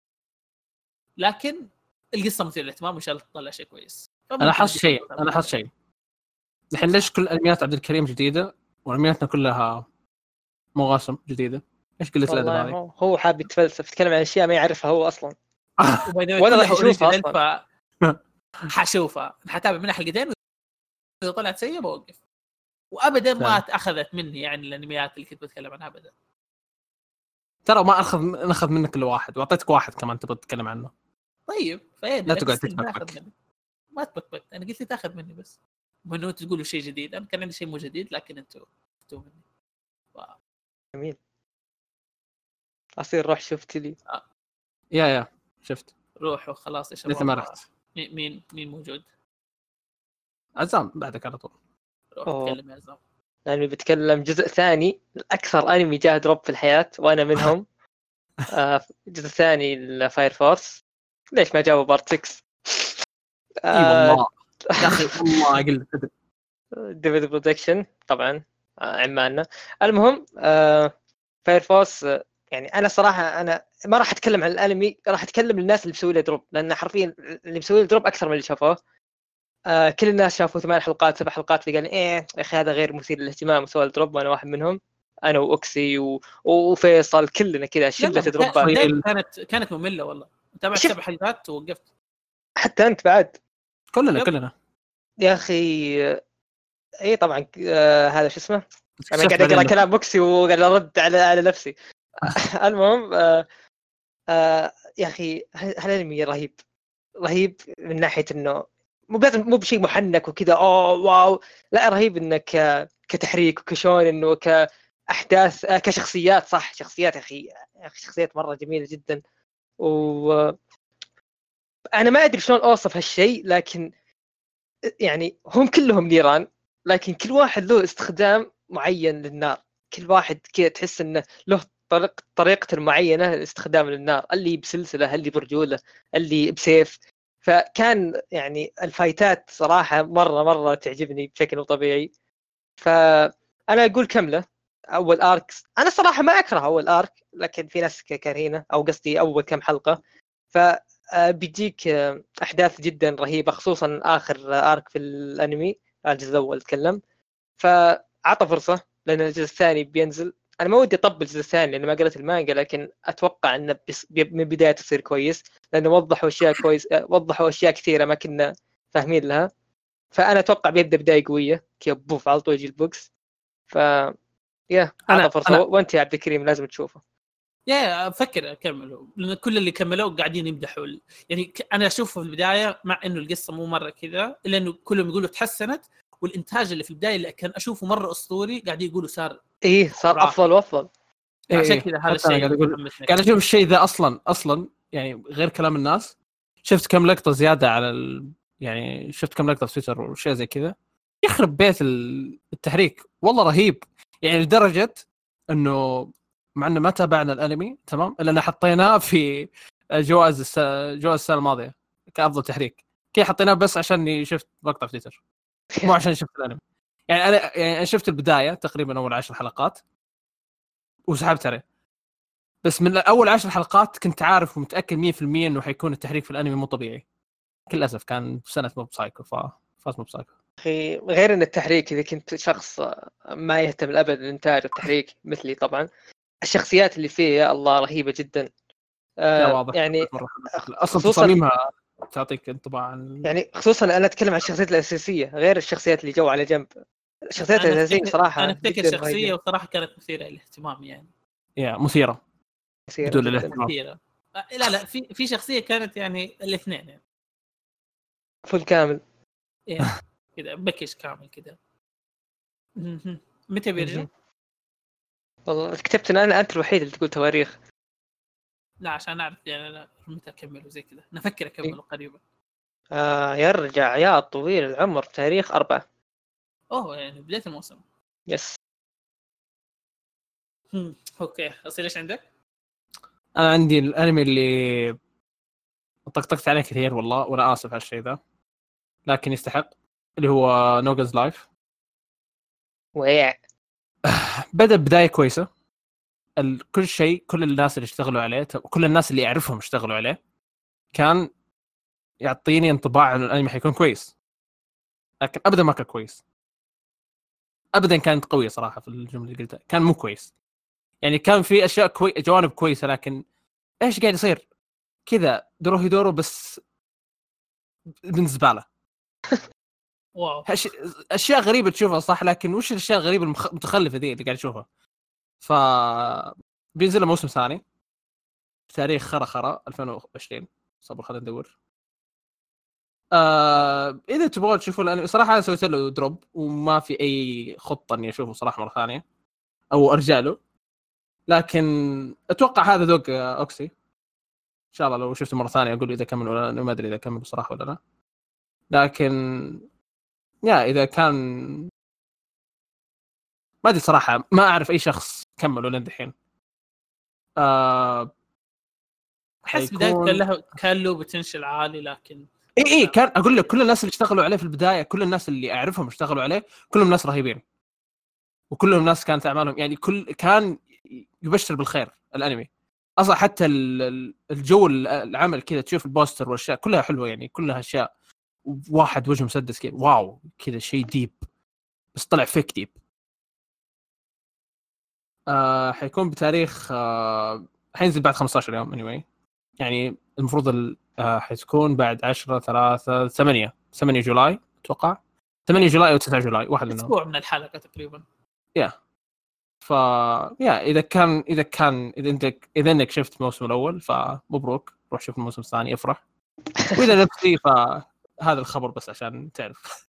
لكن القصه مثيره للاهتمام وان شاء الله تطلع شيء كويس. انا حاسس شيء الحين ليش كل انميات عبد الكريم جديده وانمياتنا كلها مواسم جديده؟ ايش قله الادب هذه؟ هو حاب يتفلسف يتكلم عن اشياء ما يعرفها هو اصلا وانا راح اشوفها حشوفها حتابع منها حلقتين واذا طلعت سيئه بوقف وابدا ما اخذت مني يعني الانميات اللي كنت بتكلم عنها ابدا. ترى ما ناخذ منك الا واحد واعطيتك واحد كمان تبغى تتكلم عنه. طيب فين لا تقعد تتبكبك ما تبكبك انا قلت لي تاخذ مني بس منو تقولوا شيء جديد انا كان عندي شيء مو جديد لكن انتوا مني جميل اصير روح شفت لي يا شفت روحوا خلاص يا شباب لسه ما رحت. مين موجود؟ عزام بعدك على طول روح اتكلم يا عزام. يعني بتكلم جزء ثاني اكثر انمي جاه دروب في الحياه وانا منهم جزء ثاني لفاير فورس ليش ما جابوا بارت 6 والله يا اخي والله قلت ديفيد برودكشن طبعا عماننا. المهم فاير فورس يعني انا صراحه انا ما راح اتكلم عن الانمي راح اتكلم للناس اللي بيسوي له دروب لان حرفيا اللي بيسوي له دروب اكثر من اللي شافوه. كل الناس شافوا 8 حلقات 7 حلقات اللي قال يا اخي هذا غير مثير للاهتمام وسوى الدروب وانا واحد منهم انا واوكسي وفيصل كلنا كذا شله دروبات كانت ممله والله تابعت 7 حلقات ووقفت حتى انت بعد كلنا يا اخي اي طبعا هذا شو اسمه انا قاعد اقرا كلام بوكسي وقاعد ارد على نفسي. المهم يا اخي هالانمي رهيب من ناحيه انه مو بشيء محنك وكذا واو لا رهيب انك كتحريك وكشون انه كاحداث كشخصيات صح شخصيات يا اخي شخصيات مره جميله جدا انا ما ادري شلون اوصف هالشيء لكن يعني هم كلهم نيران لكن كل واحد له استخدام معين للنار كل واحد كذا تحس انه له طريقة معينة لاستخدام للنار اللي بسلسلة اللي برجولة اللي بسيف. فكان يعني الفايتات صراحة مرة تعجبني بشكل مو طبيعي. فأنا أقول كملة أول آركس أنا صراحة ما أكره أول آرك لكن في ناس كارهينه أو قصدي أول كم حلقة فبيجيك أحداث جدا رهيبة خصوصا آخر آرك في الأنمي الجزء الأول أتكلم فعطى فرصة لأن الجزء الثاني بينزل. أنا ما ودي أطبل الجزء الثاني لأن ما قرأت المانجا لكن أتوقع أنه من بداية تصير كويس لأنه وضحوا أشياء كثيرة ما كنا فاهمين لها. فأنا أتوقع بيبدأ بداية قوية كيبوف على طول يجي البوكس عطى فرصة. وأنت يا عبد الكريم لازم تشوفه. أفكر أكمله لأن كل اللي كملوا قاعدين يمدحوا يعني أنا أشوفه في البداية مع إنه القصة مو مرة كذا إلا إنه كلهم يقولوا تحسنت والإنتاج اللي في البداية اللي كان أشوفه مرة أسطوري قاعدين يقولوا صار أفضل وأفضل. عشان كذا هذا الشيء قاعد أشوف الشيء ذا أصلا يعني غير كلام الناس شفت كم لقطة زيادة على يعني شفت كم لقطة في تويتر وشيء زي كذا يخرب بيت التحريك والله رهيب. يعني لدرجه انه مع انه ما تابعنا الانمي تمام الا حطيناه في جوائز السنه الماضيه كافضل تحريك كي حطيناه بس عشان شفت مقطع في تويتر مو عشان شفت الانمي. يعني انا شفت البدايه تقريبا اول 10 حلقات وسحبت عليه، بس من اول 10 حلقات كنت عارف ومتاكد 100% انه حيكون التحريك في الانمي مو طبيعي. للاسف كان في سنه موب سايكو فاز موب سايكو. اخي غير ان التحريك اذا كنت شخص ما يهتم الابد بالانتاج والتحريك مثلي طبعا، الشخصيات اللي فيه يا الله رهيبه جدا. لا واضح يعني اصلا تصاميمها تعطيك انطباع يعني خصوصا انا اتكلم عن الشخصيات الاساسيه غير الشخصيات اللي جو على جنب. الشخصيات الاساسيه صراحه انا افتكر شخصيه وصراحه كانت مثيره للاهتمام يعني مثيره بدون الاهتمام. لا في شخصيه كانت يعني الاثنين يعني فل كامل كذا بكش كامل كذا. متى بيرجع؟ والله كتبت ان انت الوحيد اللي تقول تواريخ. لا عشان اعرف يعني انا متى اكمله زي كذا، نفكر اكمله قريبا. يرجع يا طويل العمر تاريخ 4. اوه يعني بدايه الموسم. يس. اوكي اصير ايش عندك؟ انا عندي الانمي اللي طقطقت عليه كثير والله وانا اسف على الشيء ذا لكن يستحق، اللي هو نوغنز لايف. ويع بدأ بداية كويسة، كل شيء كل الناس اللي اشتغلوا عليه كل الناس اللي أعرفهم اشتغلوا عليه كان يعطيني انطباع أن الأنمي حيكون كويس، لكن أبدا ما كان كويس أبدا. كانت قوية صراحة في الجملة اللي قلتها، كان مو كويس يعني. كان في أشياء جوانب كويسة لكن إيش قاعد يصير كذا دورو بس من زبالة. واو أشياء غريبة تشوفها صح، لكن وش الأشياء الغريبة المتخلفة دي اللي قاعد تشوفها؟ بينزل موسم ثاني تاريخ خرا 2020. صبر خلينا ندور. اذا تبغوا تشوفوا الانمي صراحه انا سويت له دروب وما في اي خطه اني اشوفه صراحه مره ثانيه او ارجع له، لكن اتوقع هذا ذوق اوكسي. ان شاء الله لو شفته مره ثانيه اقول اذا كمل ولا ما ادري اذا كمل بصراحه ولا لا، لكن اذا كان ما ادري صراحه ما اعرف اي شخص كمل ولا الحين. احس بدايته كان له بوتنشل عالي، لكن اي كان اقول لك كل الناس اللي اشتغلوا عليه في البدايه كل الناس اللي اعرفهم اشتغلوا عليه كلهم ناس رهيبين وكلهم ناس كانت اعمالهم يعني كان يبشر بالخير الانمي اصلا. حتى الجو العمل كذا تشوف البوستر والاشياء كلها حلوه يعني كلها اشياء واحد وجه مسدس كذا واو كذا شيء ديب بس طلع فيك ديب. حيكون بتاريخ حينزل بعد 15 يوم anyway. يعني المفروض حتكون بعد 8 جولاي اتوقع 8 جولاي او 9 جولاي واحد منهم اسبوع من الحلقه تقريبا. اذا انك شفت الموسم الاول فمبروك روح شوف الموسم الثاني افرح، واذا نفسي فهذا الخبر بس عشان تعرف.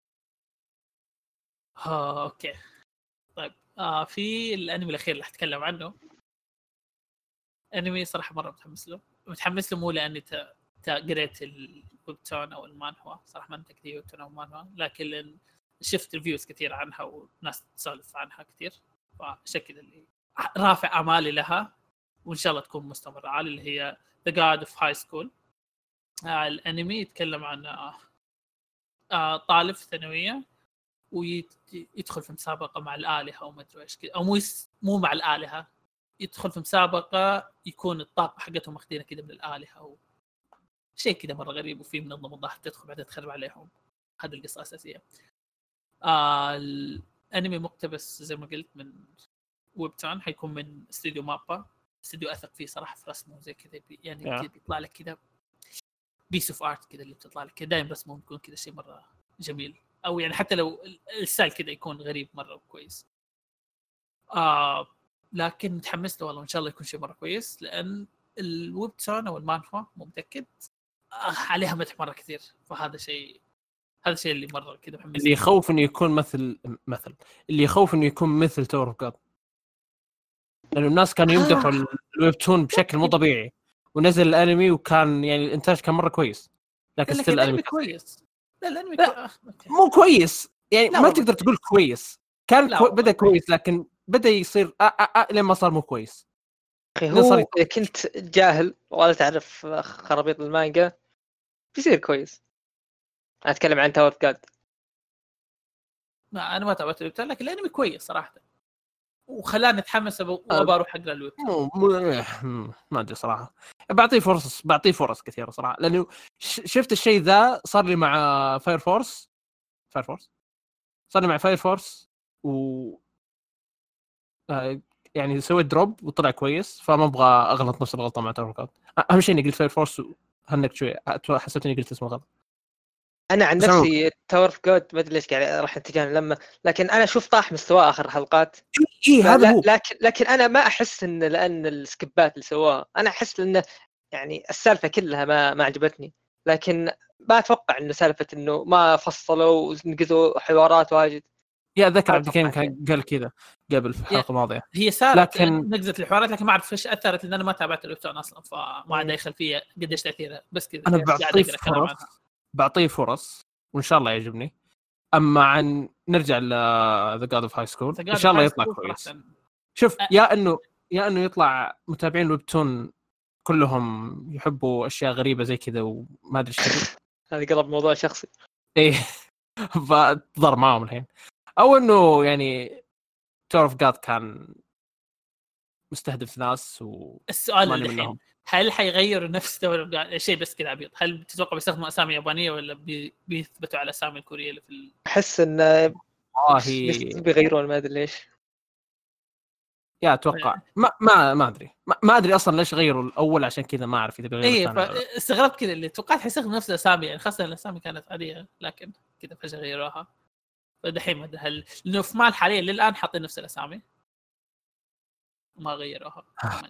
اوكي طيب في الانمي الاخير اللي حتكلم عنه، انمي صراحه مره متحمس له مو لاني قريت الويبتون او المانهوا صراحه ما انت كثير ويبتون او مانهوا، لكن شفت ريفيوز كثير عنها وناس تسولف عنها كثير، فشكل اللي رافع امالي لها وان شاء الله تكون مستمره عالي، اللي هي The God of High School. الانمي يتكلم عن طالب ثانويه ويدخل في مسابقه مع الالهه او ما ادري ايش كذا، او مو مع الالهه، يدخل في مسابقه يكون الطاقه حقتهم ماخذينها كذا من الالهه او شيء كذا مره غريب، وفي منظمه ضحك تدخل بعدين تخرب عليهم. هذه القصه الاساسيه. الانمي مقتبس زي ما قلت من ويبتون، حيكون من استوديو مابا، استوديو اثق فيه صراحه في رسمه زي كذا يعني كذا بيطلع لك كذا بيس اوف ارت كذا اللي بتطلع لك دائما رسمه يكون كذا شيء مره جميل، او يعني حتى لو الستايل كذا يكون غريب مره كويس. لكن متحمس له والله، ان شاء الله يكون شيء مره كويس، لان الويبتون او المانهوا مو متاكد عليها مدح مره كثير، فهذا شيء اللي مره كذا محمس. اللي يخوف انه يكون مثل اللي يخوف انه يكون مثل تور اوف جاد، لانه الناس كانوا يمدحوا الويبتون بشكل مو طبيعي، ونزل الانمي وكان يعني الانتاج كان مره كويس، لكن ستيل الانمي كويس. لا الانمي مو كويس يعني ما تقدر تقول كويس، كان بدا كويس لكن بدا يصير لين ما صار مو كويس. اخي هو اذا كنت جاهل ولا تعرف خرابيط المانجا بيصير كويس. انا اتكلم عن تاور جاد. انا ما تابعت الويب لكن الانمي كويس صراحه وخلاني اتحمس وابى اروح اقرا الويب. ما ادري صراحه بعطيه فرص كثيره صراحه لانه شفت الشيء ذا صار لي مع فاير فورس صار لي مع فاير فورس و يعني سويت دروب وطلع كويس فما ابغى اغلط نفس الغلطه مع تاور جاد. اهم شيء اني قلت فاير فورس وهنك شويه حسيت اني قلت اسمه غلط. انا عن نفسي تاور جاد ما ادري ليش قاعد راح اتجاه لما لكن انا اشوف طاح مستواه اخر حلقات. هذا هو. لكن انا ما احس ان لان السكبات اللي سواها انا احس انه يعني السالفه كلها ما عجبتني. لكن ما اتوقع انه سالفه انه ما فصلوا ونقزوا حوارات واجد. يا ذكر عبد الكريم كان قال كذا قبل في الحلقه الماضيه. هي صارت نقزت الحوارات لكن ما اعرف ايش اثرت لان انا ما تابعت الويبتون اصلا فما عندي خلفيه قديش تاثيرها بس كذا انا بعطيه فرص وان شاء الله يعجبني. اما عن نرجع ل ذا جاد اوف هاي سكول ان شاء الله يطلع كويس. شوف يا انه يطلع متابعين الويبتون كلهم يحبوا اشياء غريبه زي كذا وما ادري ايش هذا قلب موضوع شخصي. ايه فضر معهم الحين او انه يعني تور اوف جاد كان مستهدف ناس السؤال الحين هل حيغيروا نفس تور اوف جاد شيء بس كذا عبيط؟ هل تتوقع بيستخدموا اسامي يابانيه ولا بيثبتوا على اسامي الكوريه اللي في احس ان بيغيرون ما ادري ليش. يا اتوقع ما ادري ما ادري اصلا ليش غيروا الاول عشان كذا ما اعرف اذا بيغيروا الثاني. استغربت كذا اللي توقعت حيستخدموا نفس الاسامي يعني خاصه الاسامي كانت عاديه لكن كذا فجاه غيروها. فدحين ما هل لانه في مال حاليا للان حاطين نفس الاسامي ما غيروها.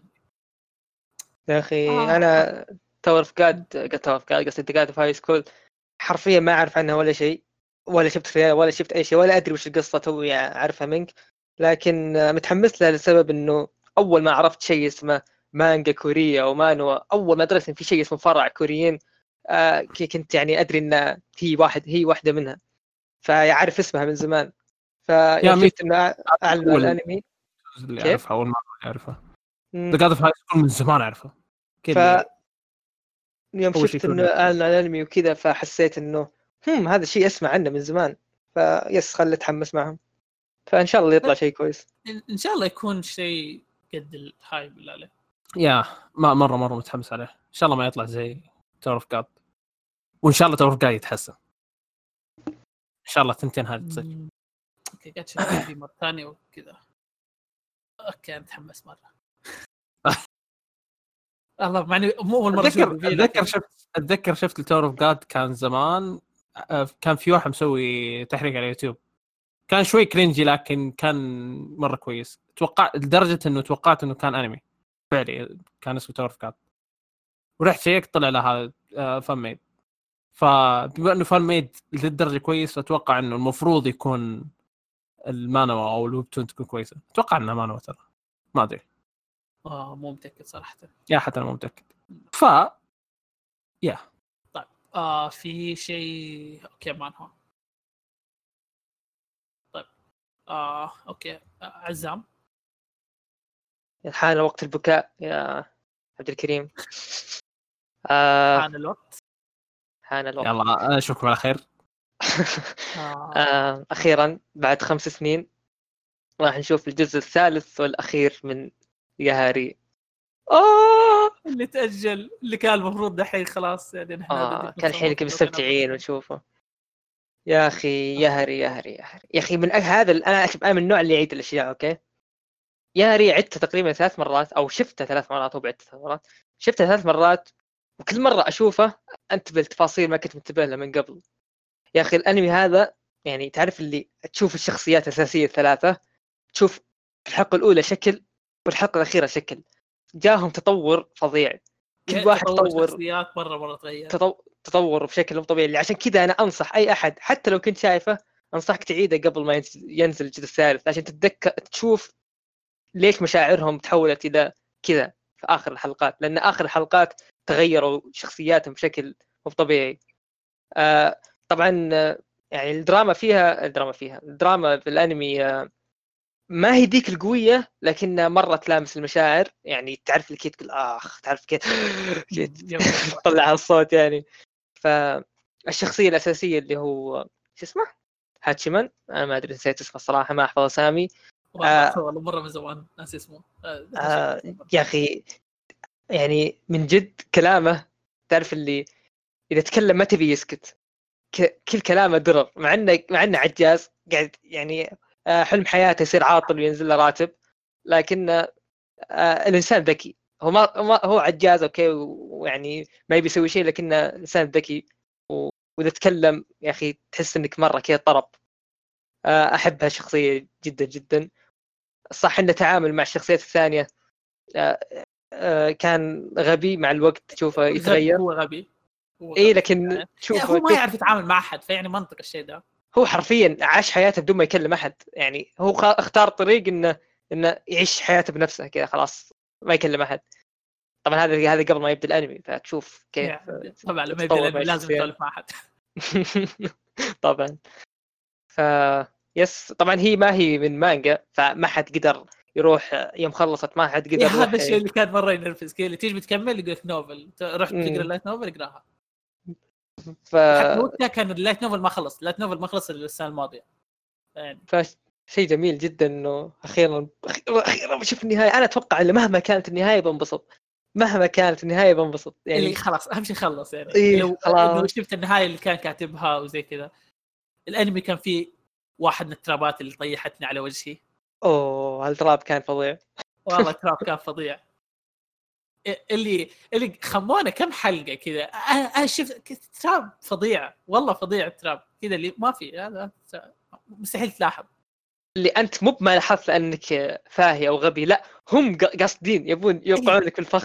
يا اخي انا تاور اوف جاد قصدي جاد اوف هاي سكول حرفيا ما اعرف عنها ولا شيء ولا شفت فيها ولا شفت اي شيء ولا ادري وش القصه توي اعرفها منك. لكن متحمس لها لسبب انه اول ما عرفت شيء اسمه مانجا كوريه ومانوا اول ما درست ان في شيء اسمه فرع كوريين كنت يعني ادري ان هي واحده منها فيعرف اسمها من زمان. فيوم شفت انه اعلن الانمي اللي يعرفها اول ما يعرفها ذا جاد اوف هاي سكول من زمان اعرفها يوم شفت انه اعلن الانمي وكذا فحسيت انه هذا الشيء اسمع عنه من زمان فيس خلي اتحمس معهم فان شاء الله يطلع شيء كويس. ان شاء الله يكون شيء قد الهايب اللي عليه. يا ما مره متحمس عليه ان شاء الله ما يطلع زي تور اوف جاد وان شاء الله تور اوف جاد يتحسن ان شاء الله تنتين هذه تصير. اوكي قاعد شفت في مره ثانيه وكذا اوكي متحمس مره. الله معني مو اول مره اتذكر شفت التور اوف جاد كان زمان كان في واحد مسوي تحريك على يوتيوب كان شوي كرينجي لكن كان مره كويس. لدرجه انه توقعت انه كان انمي فعلي كان اسمه تور اوف جاد ورحت شيك طلع لها فان ميد. فبما انه فان ميد للدرجه كويس اتوقع انه المفروض يكون المانوا او الويبتون تكون كويسه. اتوقع انها مانوا ترى ما ادري مو متاكد صراحه يا حتى انا مو متاكد يا طيب في شيء اوكي مانوا طيب اوكي عزام حان وقت البكاء يا عبد الكريم. حان الوقت يلا اشوفكم على خير. اخيرا بعد 5 سنين راح نشوف الجزء الثالث والاخير من ياهاري اللي تاجل اللي كان المفروض دحين خلاص يعني احنا كان الحين مستمتعين ونشوفه. يا اخي ياهاري يا اخي من هذا انا من النوع اللي يعيد الاشياء. اوكي ياهاري عدته تقريبا 3 مرات او شفته 3 مرات وبعدته 3 مرات شفته 3 مرات وكل مره اشوفه انتبه لتفاصيل ما كنت منتبه لها من قبل. يا اخي الانمي هذا يعني تعرف اللي تشوف الشخصيات الاساسيه الثلاثه تشوف الحلقه الاولى شكل والحلقه الاخيره شكل جاهم تطور فظيع. كل واحد تطور شخصيات مره تغير تطور بشكل مو طبيعي. عشان كذا انا انصح اي احد حتى لو كنت شايفه انصحك تعيده قبل ما ينزل الجزء الثالث عشان تتذكر تشوف ليش مشاعرهم تحولت الى كذا في اخر الحلقات لان اخر الحلقات تغيروا شخصياتهم بشكل مو طبيعي. طبعا يعني الدراما في الانمي ما هي ديك القويه، لكنها مره تلامس المشاعر. يعني تعرف كيف تقول تعرف كيف تطلع الصوت يعني. فالشخصيه الاساسيه اللي هو شو اسمه هاتشيمان، انا ما ادري نسيت اسمه الصراحه، ما احفظ اسامي. والله مره من زمان ناس اسمه يا اخي يعني من جد كلامه، تعرف اللي اذا تكلم ما تبي يسكت، كل كلامه درر، مع انه عجاز قاعد يعني حلم حياته يصير عاطل وينزل له راتب، لكن الانسان ذكي. هو عجاز اوكي، ويعني ما يبي يسوي شيء، لكنه انسان ذكي. واذا تكلم يا اخي تحس انك مره كذا طرب. احب هالشخصيه جدا جدا. صح انه تعامل مع الشخصيات الثانيه كان غبي، مع الوقت تشوفه يتغير. هو غبي اي لكن تشوفه هو ما يعرف يتعامل مع احد، فيعني منطق الشيء ده. هو حرفيا عاش حياته بدون ما يكلم احد. يعني هو اختار طريق انه يعيش حياته بنفسه كذا، خلاص ما يكلم احد. طبعا هذا قبل ما يبدا الانمي، فتشوف كيف طبعا لما يبدا الانمي لازم يسولف مع احد. طبعا. يس طبعا هي ما هي من مانجا، فما حد قدر يروح يوم خلصت، ما حد قدر هذا الشيء اللي كان مره ينرفز، اللي تيجي بتكمل يقول لك نوفل، رحت تقرا اللايت نوفل اقراها. حتى وقتها كان اللايت نوفل ما خلص السنه الماضيه يعني. شيء جميل جدا انه اخيرا بشوف النهايه. انا اتوقع ان مهما كانت النهايه بنبسط يعني. اللي خلاص اهم شيء خلص يعني. إيه لو شفت النهايه اللي كان كاتبها وزي كذا، الانمي كان فيه واحد من الترابات اللي طيحتني على وجهي. التراب كان فظيع والله التراب كان فظيع. اللي خمونه كم حلقه كذا، انا شفت تراب فظيع، والله فظيع التراب كذا اللي ما في. هذا مستحيل تلاحظ. اللي انت مو ما لاحظت لانك فاهي او غبي، لا هم قاصدين يبون يوقعونك في الفخ.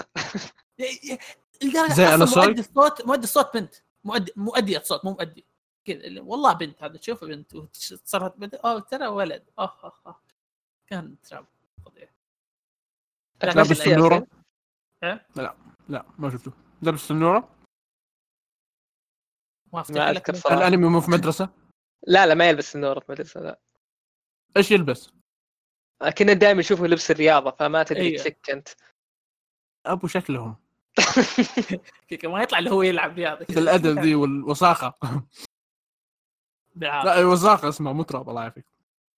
زي انا مؤدي الصوت بنت، مؤدية صوت، مو مؤدي كذا والله بنت. هذا تشوفه بنت وصارت بنت، ترى ولد. كان تراب فظيع. لابس النورة؟ لا ما شفته. لابس النورة؟ ما اذكر صراحه. الانمي مو في مدرسة؟ لا ما يلبس النورة في مدرسة. لا ايش يلبس؟ كنا دائما نشوفه لبس الرياضة، فما تدري تشك انت. ابو شكلهم ما يطلع اللي هو يلعب رياضة في الادب دي والوساخة. لا الوساخة اسمها متراب، الله يعافيك.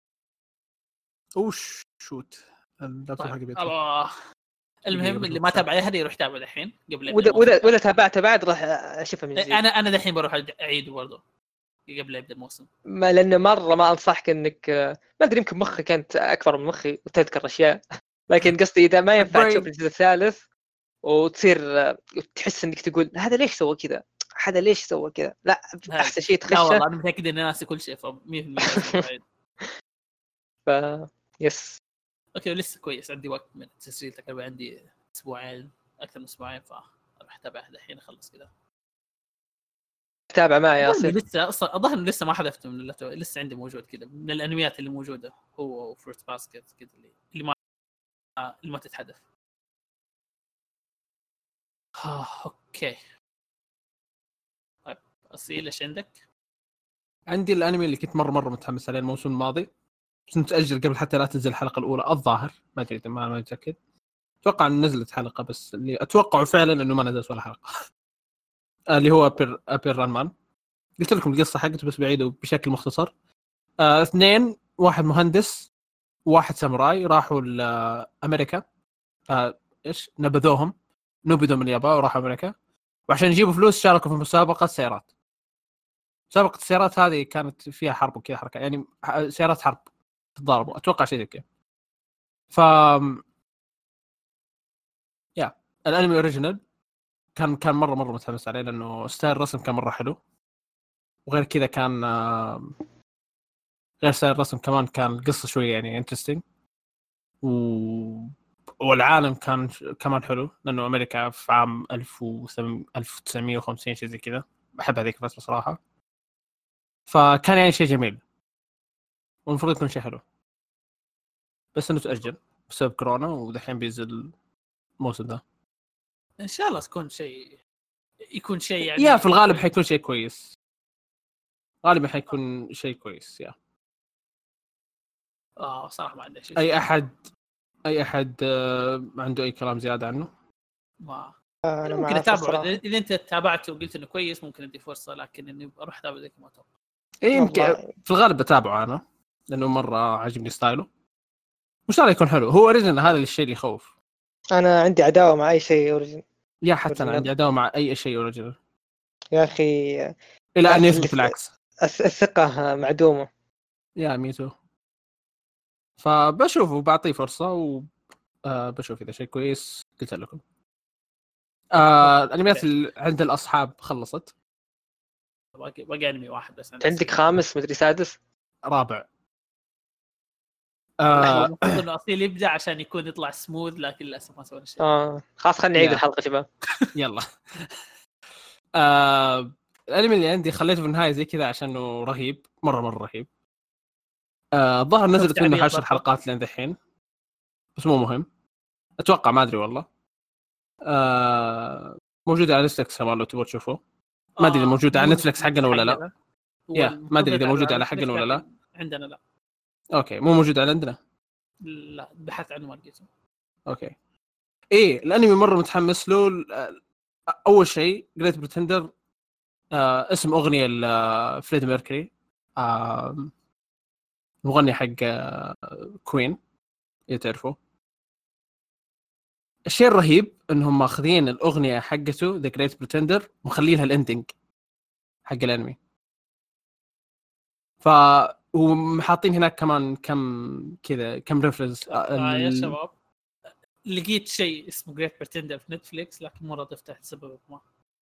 اوش شوت اللبس حق بيتك. المهم اللي ما تابع هذه يروح تابع الحين قبل. ولا تابعته بعد راح اشوفه من جديد. انا دحين بروح اعيده برضه قبل يبدا الموسم. ما لانه مره ما انصحك انك ما ادري يمكن مخك انت اكبر من مخي وتذكر اشياء، لكن قصدي اذا ما ينفع تشوف الجزء الثالث وتصير تحس انك تقول هذا ليش سوى كذا، هذا ليش سوى كذا، لا احسن شيء تخشه. لا والله انا متاكد اني ناسي كل شيء 100%. يس اوكي لسه كويس، عندي وقت من التسجيل تقريبا، عندي اسبوعين، اكثر من اسبوعين، فراح اتابع الحين اخلص كذا. تابع معي اصير. لسه اصلا الظاهر لسه ما حذفته من لسه عندي موجود كذا من الانميات اللي موجوده، هو وفروت باسكت كذا اللي ما تتحدث. اوكي طيب اصيل ايش عندك؟ عندي الانمي اللي كنت مره متحمس عليه الموسم الماضي، كنت أجل قبل حتى لا تنزل الحلقة الأولى الظاهر، ما أدري ما متأكد. أتوقع أن نزلت حلقة، بس اللي أتوقعه فعلا إنه ما نزلت ولا حلقة. اللي هو أبير رانمان. قلت لكم القصة حقته بس بعيده بشكل مختصر. 2 واحد مهندس وواحد ساموراي راحوا لأمريكا. إيش نبذوهم من اليابان وراحوا أمريكا، وعشان يجيبوا فلوس شاركوا في مسابقة سيارات. مسابقة السيارات هذه كانت فيها حرب وكذا حركة، يعني سيارات حرب تضاربوا، اتوقع شيء كذا. الانمي اوريجينال كان مره متحمس عليه، لانه ستايل الرسم كان مره حلو، وغير كذا كان غير ستايل الرسم كمان كان القصه شويه يعني انترستينج، والعالم كان كمان حلو، لانه امريكا في عام 1950 شيء زي كذا. بحب هذيك الفتره صراحه، فكان يعني شيء جميل والمفروض يكون شيء حلو، بس انه تأجل بسبب كورونا، ودحين بينزل الموسم ده. ان شاء الله يكون شيء يعني في الغالب حيكون شيء كويس. غالبا حيكون شيء كويس. يا صراحه ما عندي شيء. اي احد عنده اي كلام زياده عنه؟ ما انا ممكن معك اتابعه الصراحة. اذا انت تابعته وقلت انه كويس ممكن ادي فرصه، لكن اني اروح اتابع ذيك ما اتوقع. اي يمكن والله. في الغالب بتابعه انا لانه مره عاجبني ستايله، وان شاء الله يكون حلو. هو اوريجنال، هذا الشيء اللي يخوف. انا عندي عداوه مع اي شيء اوريجن يا حتى انا أوريجينال. عندي عداوه مع اي شيء اوريجنال يا اخي الى ان تعرف يثبت العكس. الثقه معدومه. يا ميتو. فبشوفه وبعطيه فرصه وبشوف اذا شيء كويس. قلت لكم الانميات اللي عند الاصحاب خلصت. باقي انمي واحد بس عندك خامس مدري سادس رابع. المفروض انه اصيل يبدا عشان يكون يطلع سموث، لكن للاسف ما سوينا شيء. خلاص خلينا نعيد يا. الحلقه شباب. يلا. الانمي اللي عندي خليته في النهايه زي كذا عشانه رهيب، مره رهيب. الظاهر نزلت منه 10 حلقات لين دحين، بس مو مهم. اتوقع، ما ادري والله. موجوده على نتفلكس لو تبغوا تشوفوه. ما ادري اذا موجوده على نتفلكس حقنا ولا لا. يا ما ادري اذا موجوده على حقنا ولا لا. عندنا لا. اوكي، مو موجود على عندنا. لا بحثت عنه ما لقيته. اوكي. ايه الانمي مره متحمس له. اول شيء جريت بريتندر، اسم اغنيه لفريد ميركوري، مغني حق كوين، تعرفوا. الشيء الرهيب انهم ماخذين الاغنيه حقته ذا جريت بريتندر ومخلينها الاندنج حق الانمي. ومحاطين هناك كمان كم ريفرنس. يا شباب لقيت شيء اسمه جريت بريتندر في نتفليكس، لكن مو راضي افتح السبب ما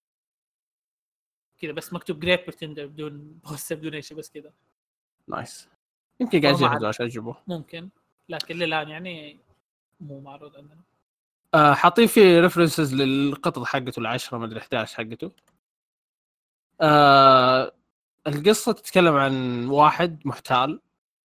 كذا، بس مكتوب جريت بريتندر بدون بوست بدون اي شيء، بس كذا. نايس. يمكن قاعد يجهزوا عشان يجيبوه ممكن، لكن للان يعني مو معروض عندنا. حاطين فيه ريفرنسز للقطط حقته العشرة، ما ادري 11 حقته. القصة تتكلم عن واحد محتال،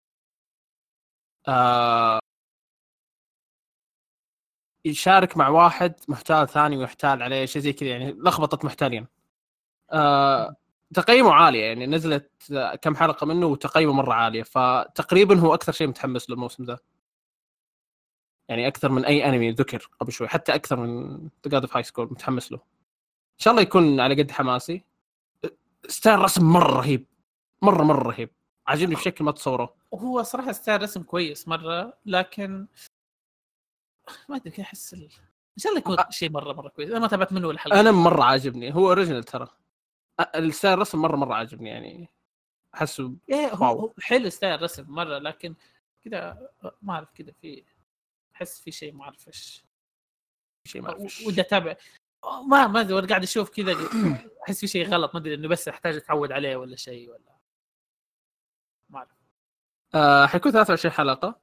يشارك مع واحد محتال ثاني ويحتال عليه، شيء زي كذا يعني، لخبطة محتالين. تقييمه عالية يعني، نزلت كم حلقة منه وتقييمه مرة عالية، فتقريبا هو أكثر شيء متحمس للموسم ذا، يعني أكثر من أي أنمي ذكر قبل شوي، حتى أكثر من The God of High School متحمس له. إن شاء الله يكون على قد حماسي. ستايل رسم مرة رهيب، مرة رهيب، عجبني بشكل ما تصوره. وهو صراحة ستايل رسم كويس مرة، لكن ما أدري كيف أحس إن شاء الله يكون شيء مرة كويس. أنا ما تابعت منه ولا حلقة. أنا مرة عاجبني، هو أوريجينال ترى. الستايل رسم مرة عجبني يعني، أحسه هو حلو ستايل رسم مرة، لكن كذا ما أعرف كذا في أحس في شيء ما أعرف إيش شيء ما أعرف. وده تابع ما أدري، وأنا قاعد أشوف كذا أحس في شيء غلط، ما أدري إنه بس أحتاج أتعود عليه ولا شيء ولا ما أعرف. حيكون 23 حلقة،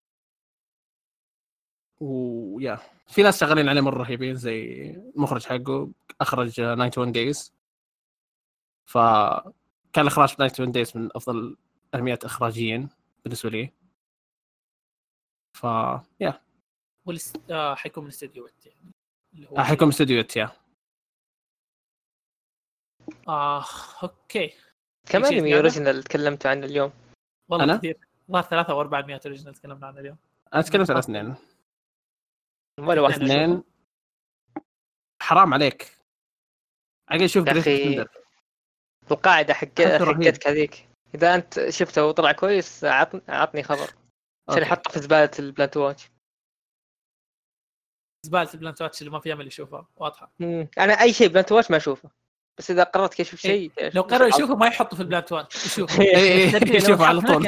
ويا في ناس شغالين عليه مرة رهيبين، زي المخرج حقه أخرج 91 Days، فكان إخراج 91 Days من أفضل الأنميات إخراجيا بالنسبة لي. يا حيكون من استديو يعني اللي هو حيكون من استديو يا اوكي. كم انمي اوريجينال تكلمتوا عنه اليوم؟ والله أنا؟ كثير، ظهر 3 أو 4 أنميات اوريجينال تكلمنا عنه اليوم. أنا تكلمت على 2 ولا واحد. 2 حرام عليك، عقل شوف يا أخي القاعدة حقتك هذيك، إذا أنت شفته وطلع كويس عطني خبر عشان أحطه في زبالة البلانت واتش. زبالة البلانت واتش اللي ما في أمل يشوفها واضحة. أنا أي شيء بلانت واتش ما أشوفه، بس إذا قررت كيف شيء لو قرر يشوفه ما يحطه في البلانت واتش، يشوفه يشوفه على طول.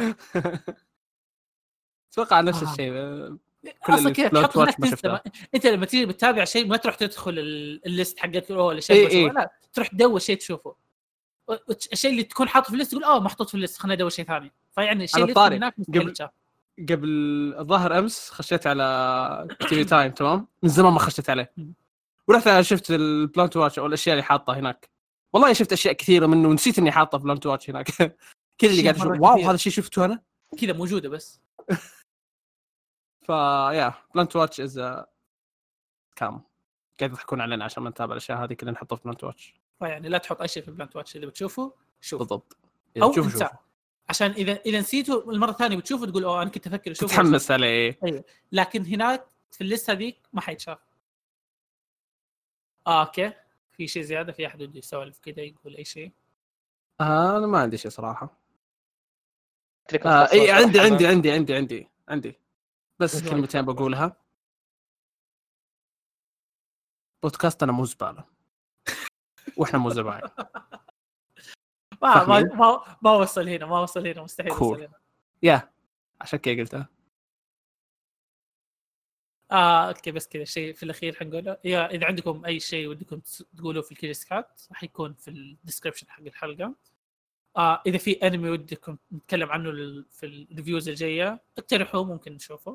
أتوقع نفس الشيء. اصلا كذا تحط انت لما تيجي بتتابع شيء ما تروح تدخل الليست حقتك ولا شيء لا تروح تدور شيء تشوفه، الشيء اللي تكون حاطه في الليست تقول محطوط في الليست خلينا ندور شيء ثاني. فيعني الشيء اللي هناك قبل الظهر امس خشيت على تي في تايم، تمام، من زمان ما خشيت عليه، ورحت شفت البلانت واتش او الاشياء اللي حاطه هناك. والله شفت اشياء كثيره منه ونسيت اني حاطه في بلانت واتش هناك. كل اللي قاعد اشوف واو هذا الشيء شفته انا كذا موجوده بس. يا بلانت واتش از كام قاعد يضحكون علينا عشان ما نتابع الاشياء هذه كلها نحطها في بلانت واتش. فيعني لا تحط اي شيء في بلانت واتش، اللي بتشوفه شوف بالضبط. او انسى عشان اذا نسيته المره الثانيه بتشوفه تقول انا كنت افكر اشوفه تتحمس عليه. ايوه لكن هناك في الليسته هذيك ما حيتشاف. اوكي في شيء زياده؟ في احد بده يسولف كده يقول اي شيء؟ انا ما عندي شيء صراحه. اي عندي بس كلمتين بقولها. بودكاستنا مو زباله واحنا مو زباين. ما وصل هنا مستحيل يوصل هنا. يا عشان كذا قلتها. اوكي بس كذا شيء في الاخير حنقوله. اذا عندكم اي شيء ودكم تقولوا في الكيريس كات حيكون في الديسكربشن حق الحلقه. اذا في انمي ودكم نتكلم عنه في الريفيوز الجايه اقترحوا ممكن نشوفه.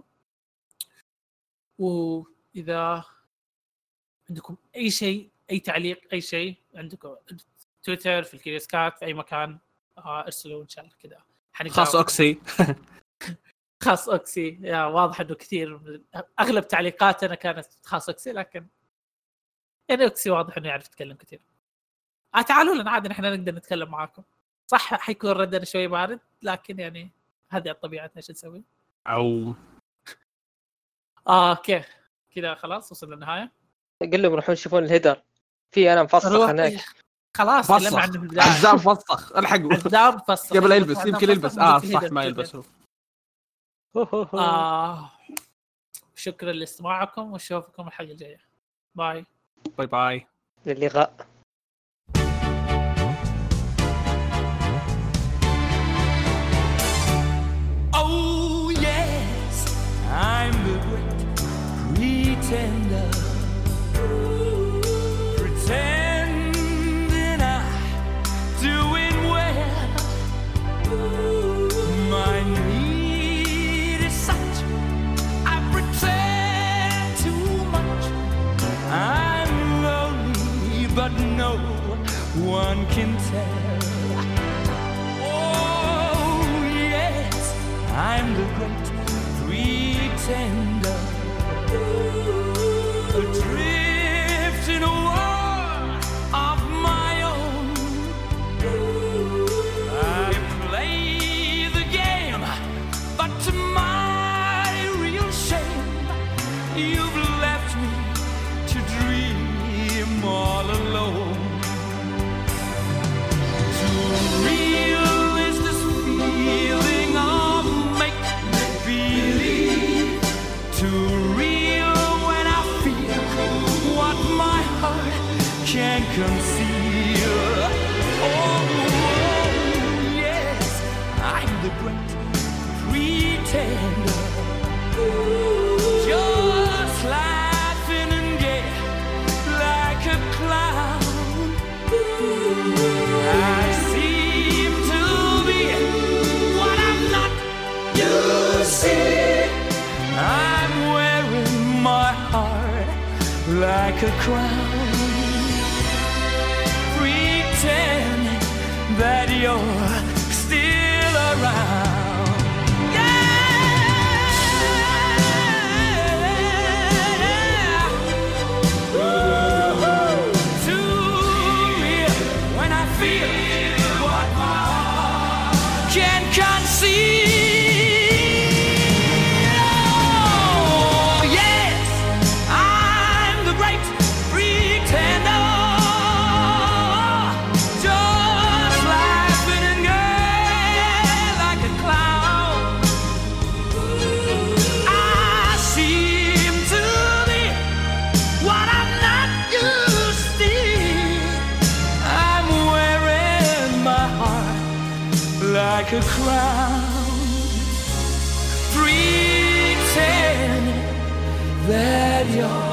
واذا عندكم اي شيء اي تعليق اي شيء عندكم تويتر في الكيريس كات في اي مكان ارسلوا ان شاء الله كذا. خاص اوكسي خاص اوكسي يا واضح انه كثير اغلب تعليقاتنا كانت خاص اوكسي لكن يعني اوكسي واضح انه يعرف يتكلم كثير. تعالوا لنا عادي نحن نقدر نتكلم معاكم. صح حيكون ردنا شوي بارد لكن يعني هذه طبيعتنا ايش نسوي. او اوكي كذا خلاص وصلنا للنهايه. قل لهم روحوا يشوفون الهيدر في انا مفسخ هناك. خلاص تكلمنا عنه في البدايه. عزام فسخ الحقوا عزام فسخ قبل يلبس يمكن يلبس صح ما يلبسه. شكرا لاستماعكم ونشوفكم الحلقه الجايه. باي باي للقاء. Oh yes, I'm the great pretender, pretending I'm doing well. My need is such I pretend too much. I'm lonely but no one can tell. Oh yes, I'm the great pretender, adrift in a world of my own. I play the game, but to my real shame, you've left me to dream all alone. Too real is this feeling of make-believe. Too real when I feel what my heart can't conceal. Oh yes, I'm the great pretender, just laughing and gay like a clown. I seem to be what I'm not. You see, I'm wearing my heart like a crown, pretending that you're still around. Yeah. Too real when I feel what my heart can't conceive. Oh yes, I'm the great pretender, just laughing and gay like a clown. I seem to be what I'm not used to. I'm wearing my heart like a crown, pretending that you're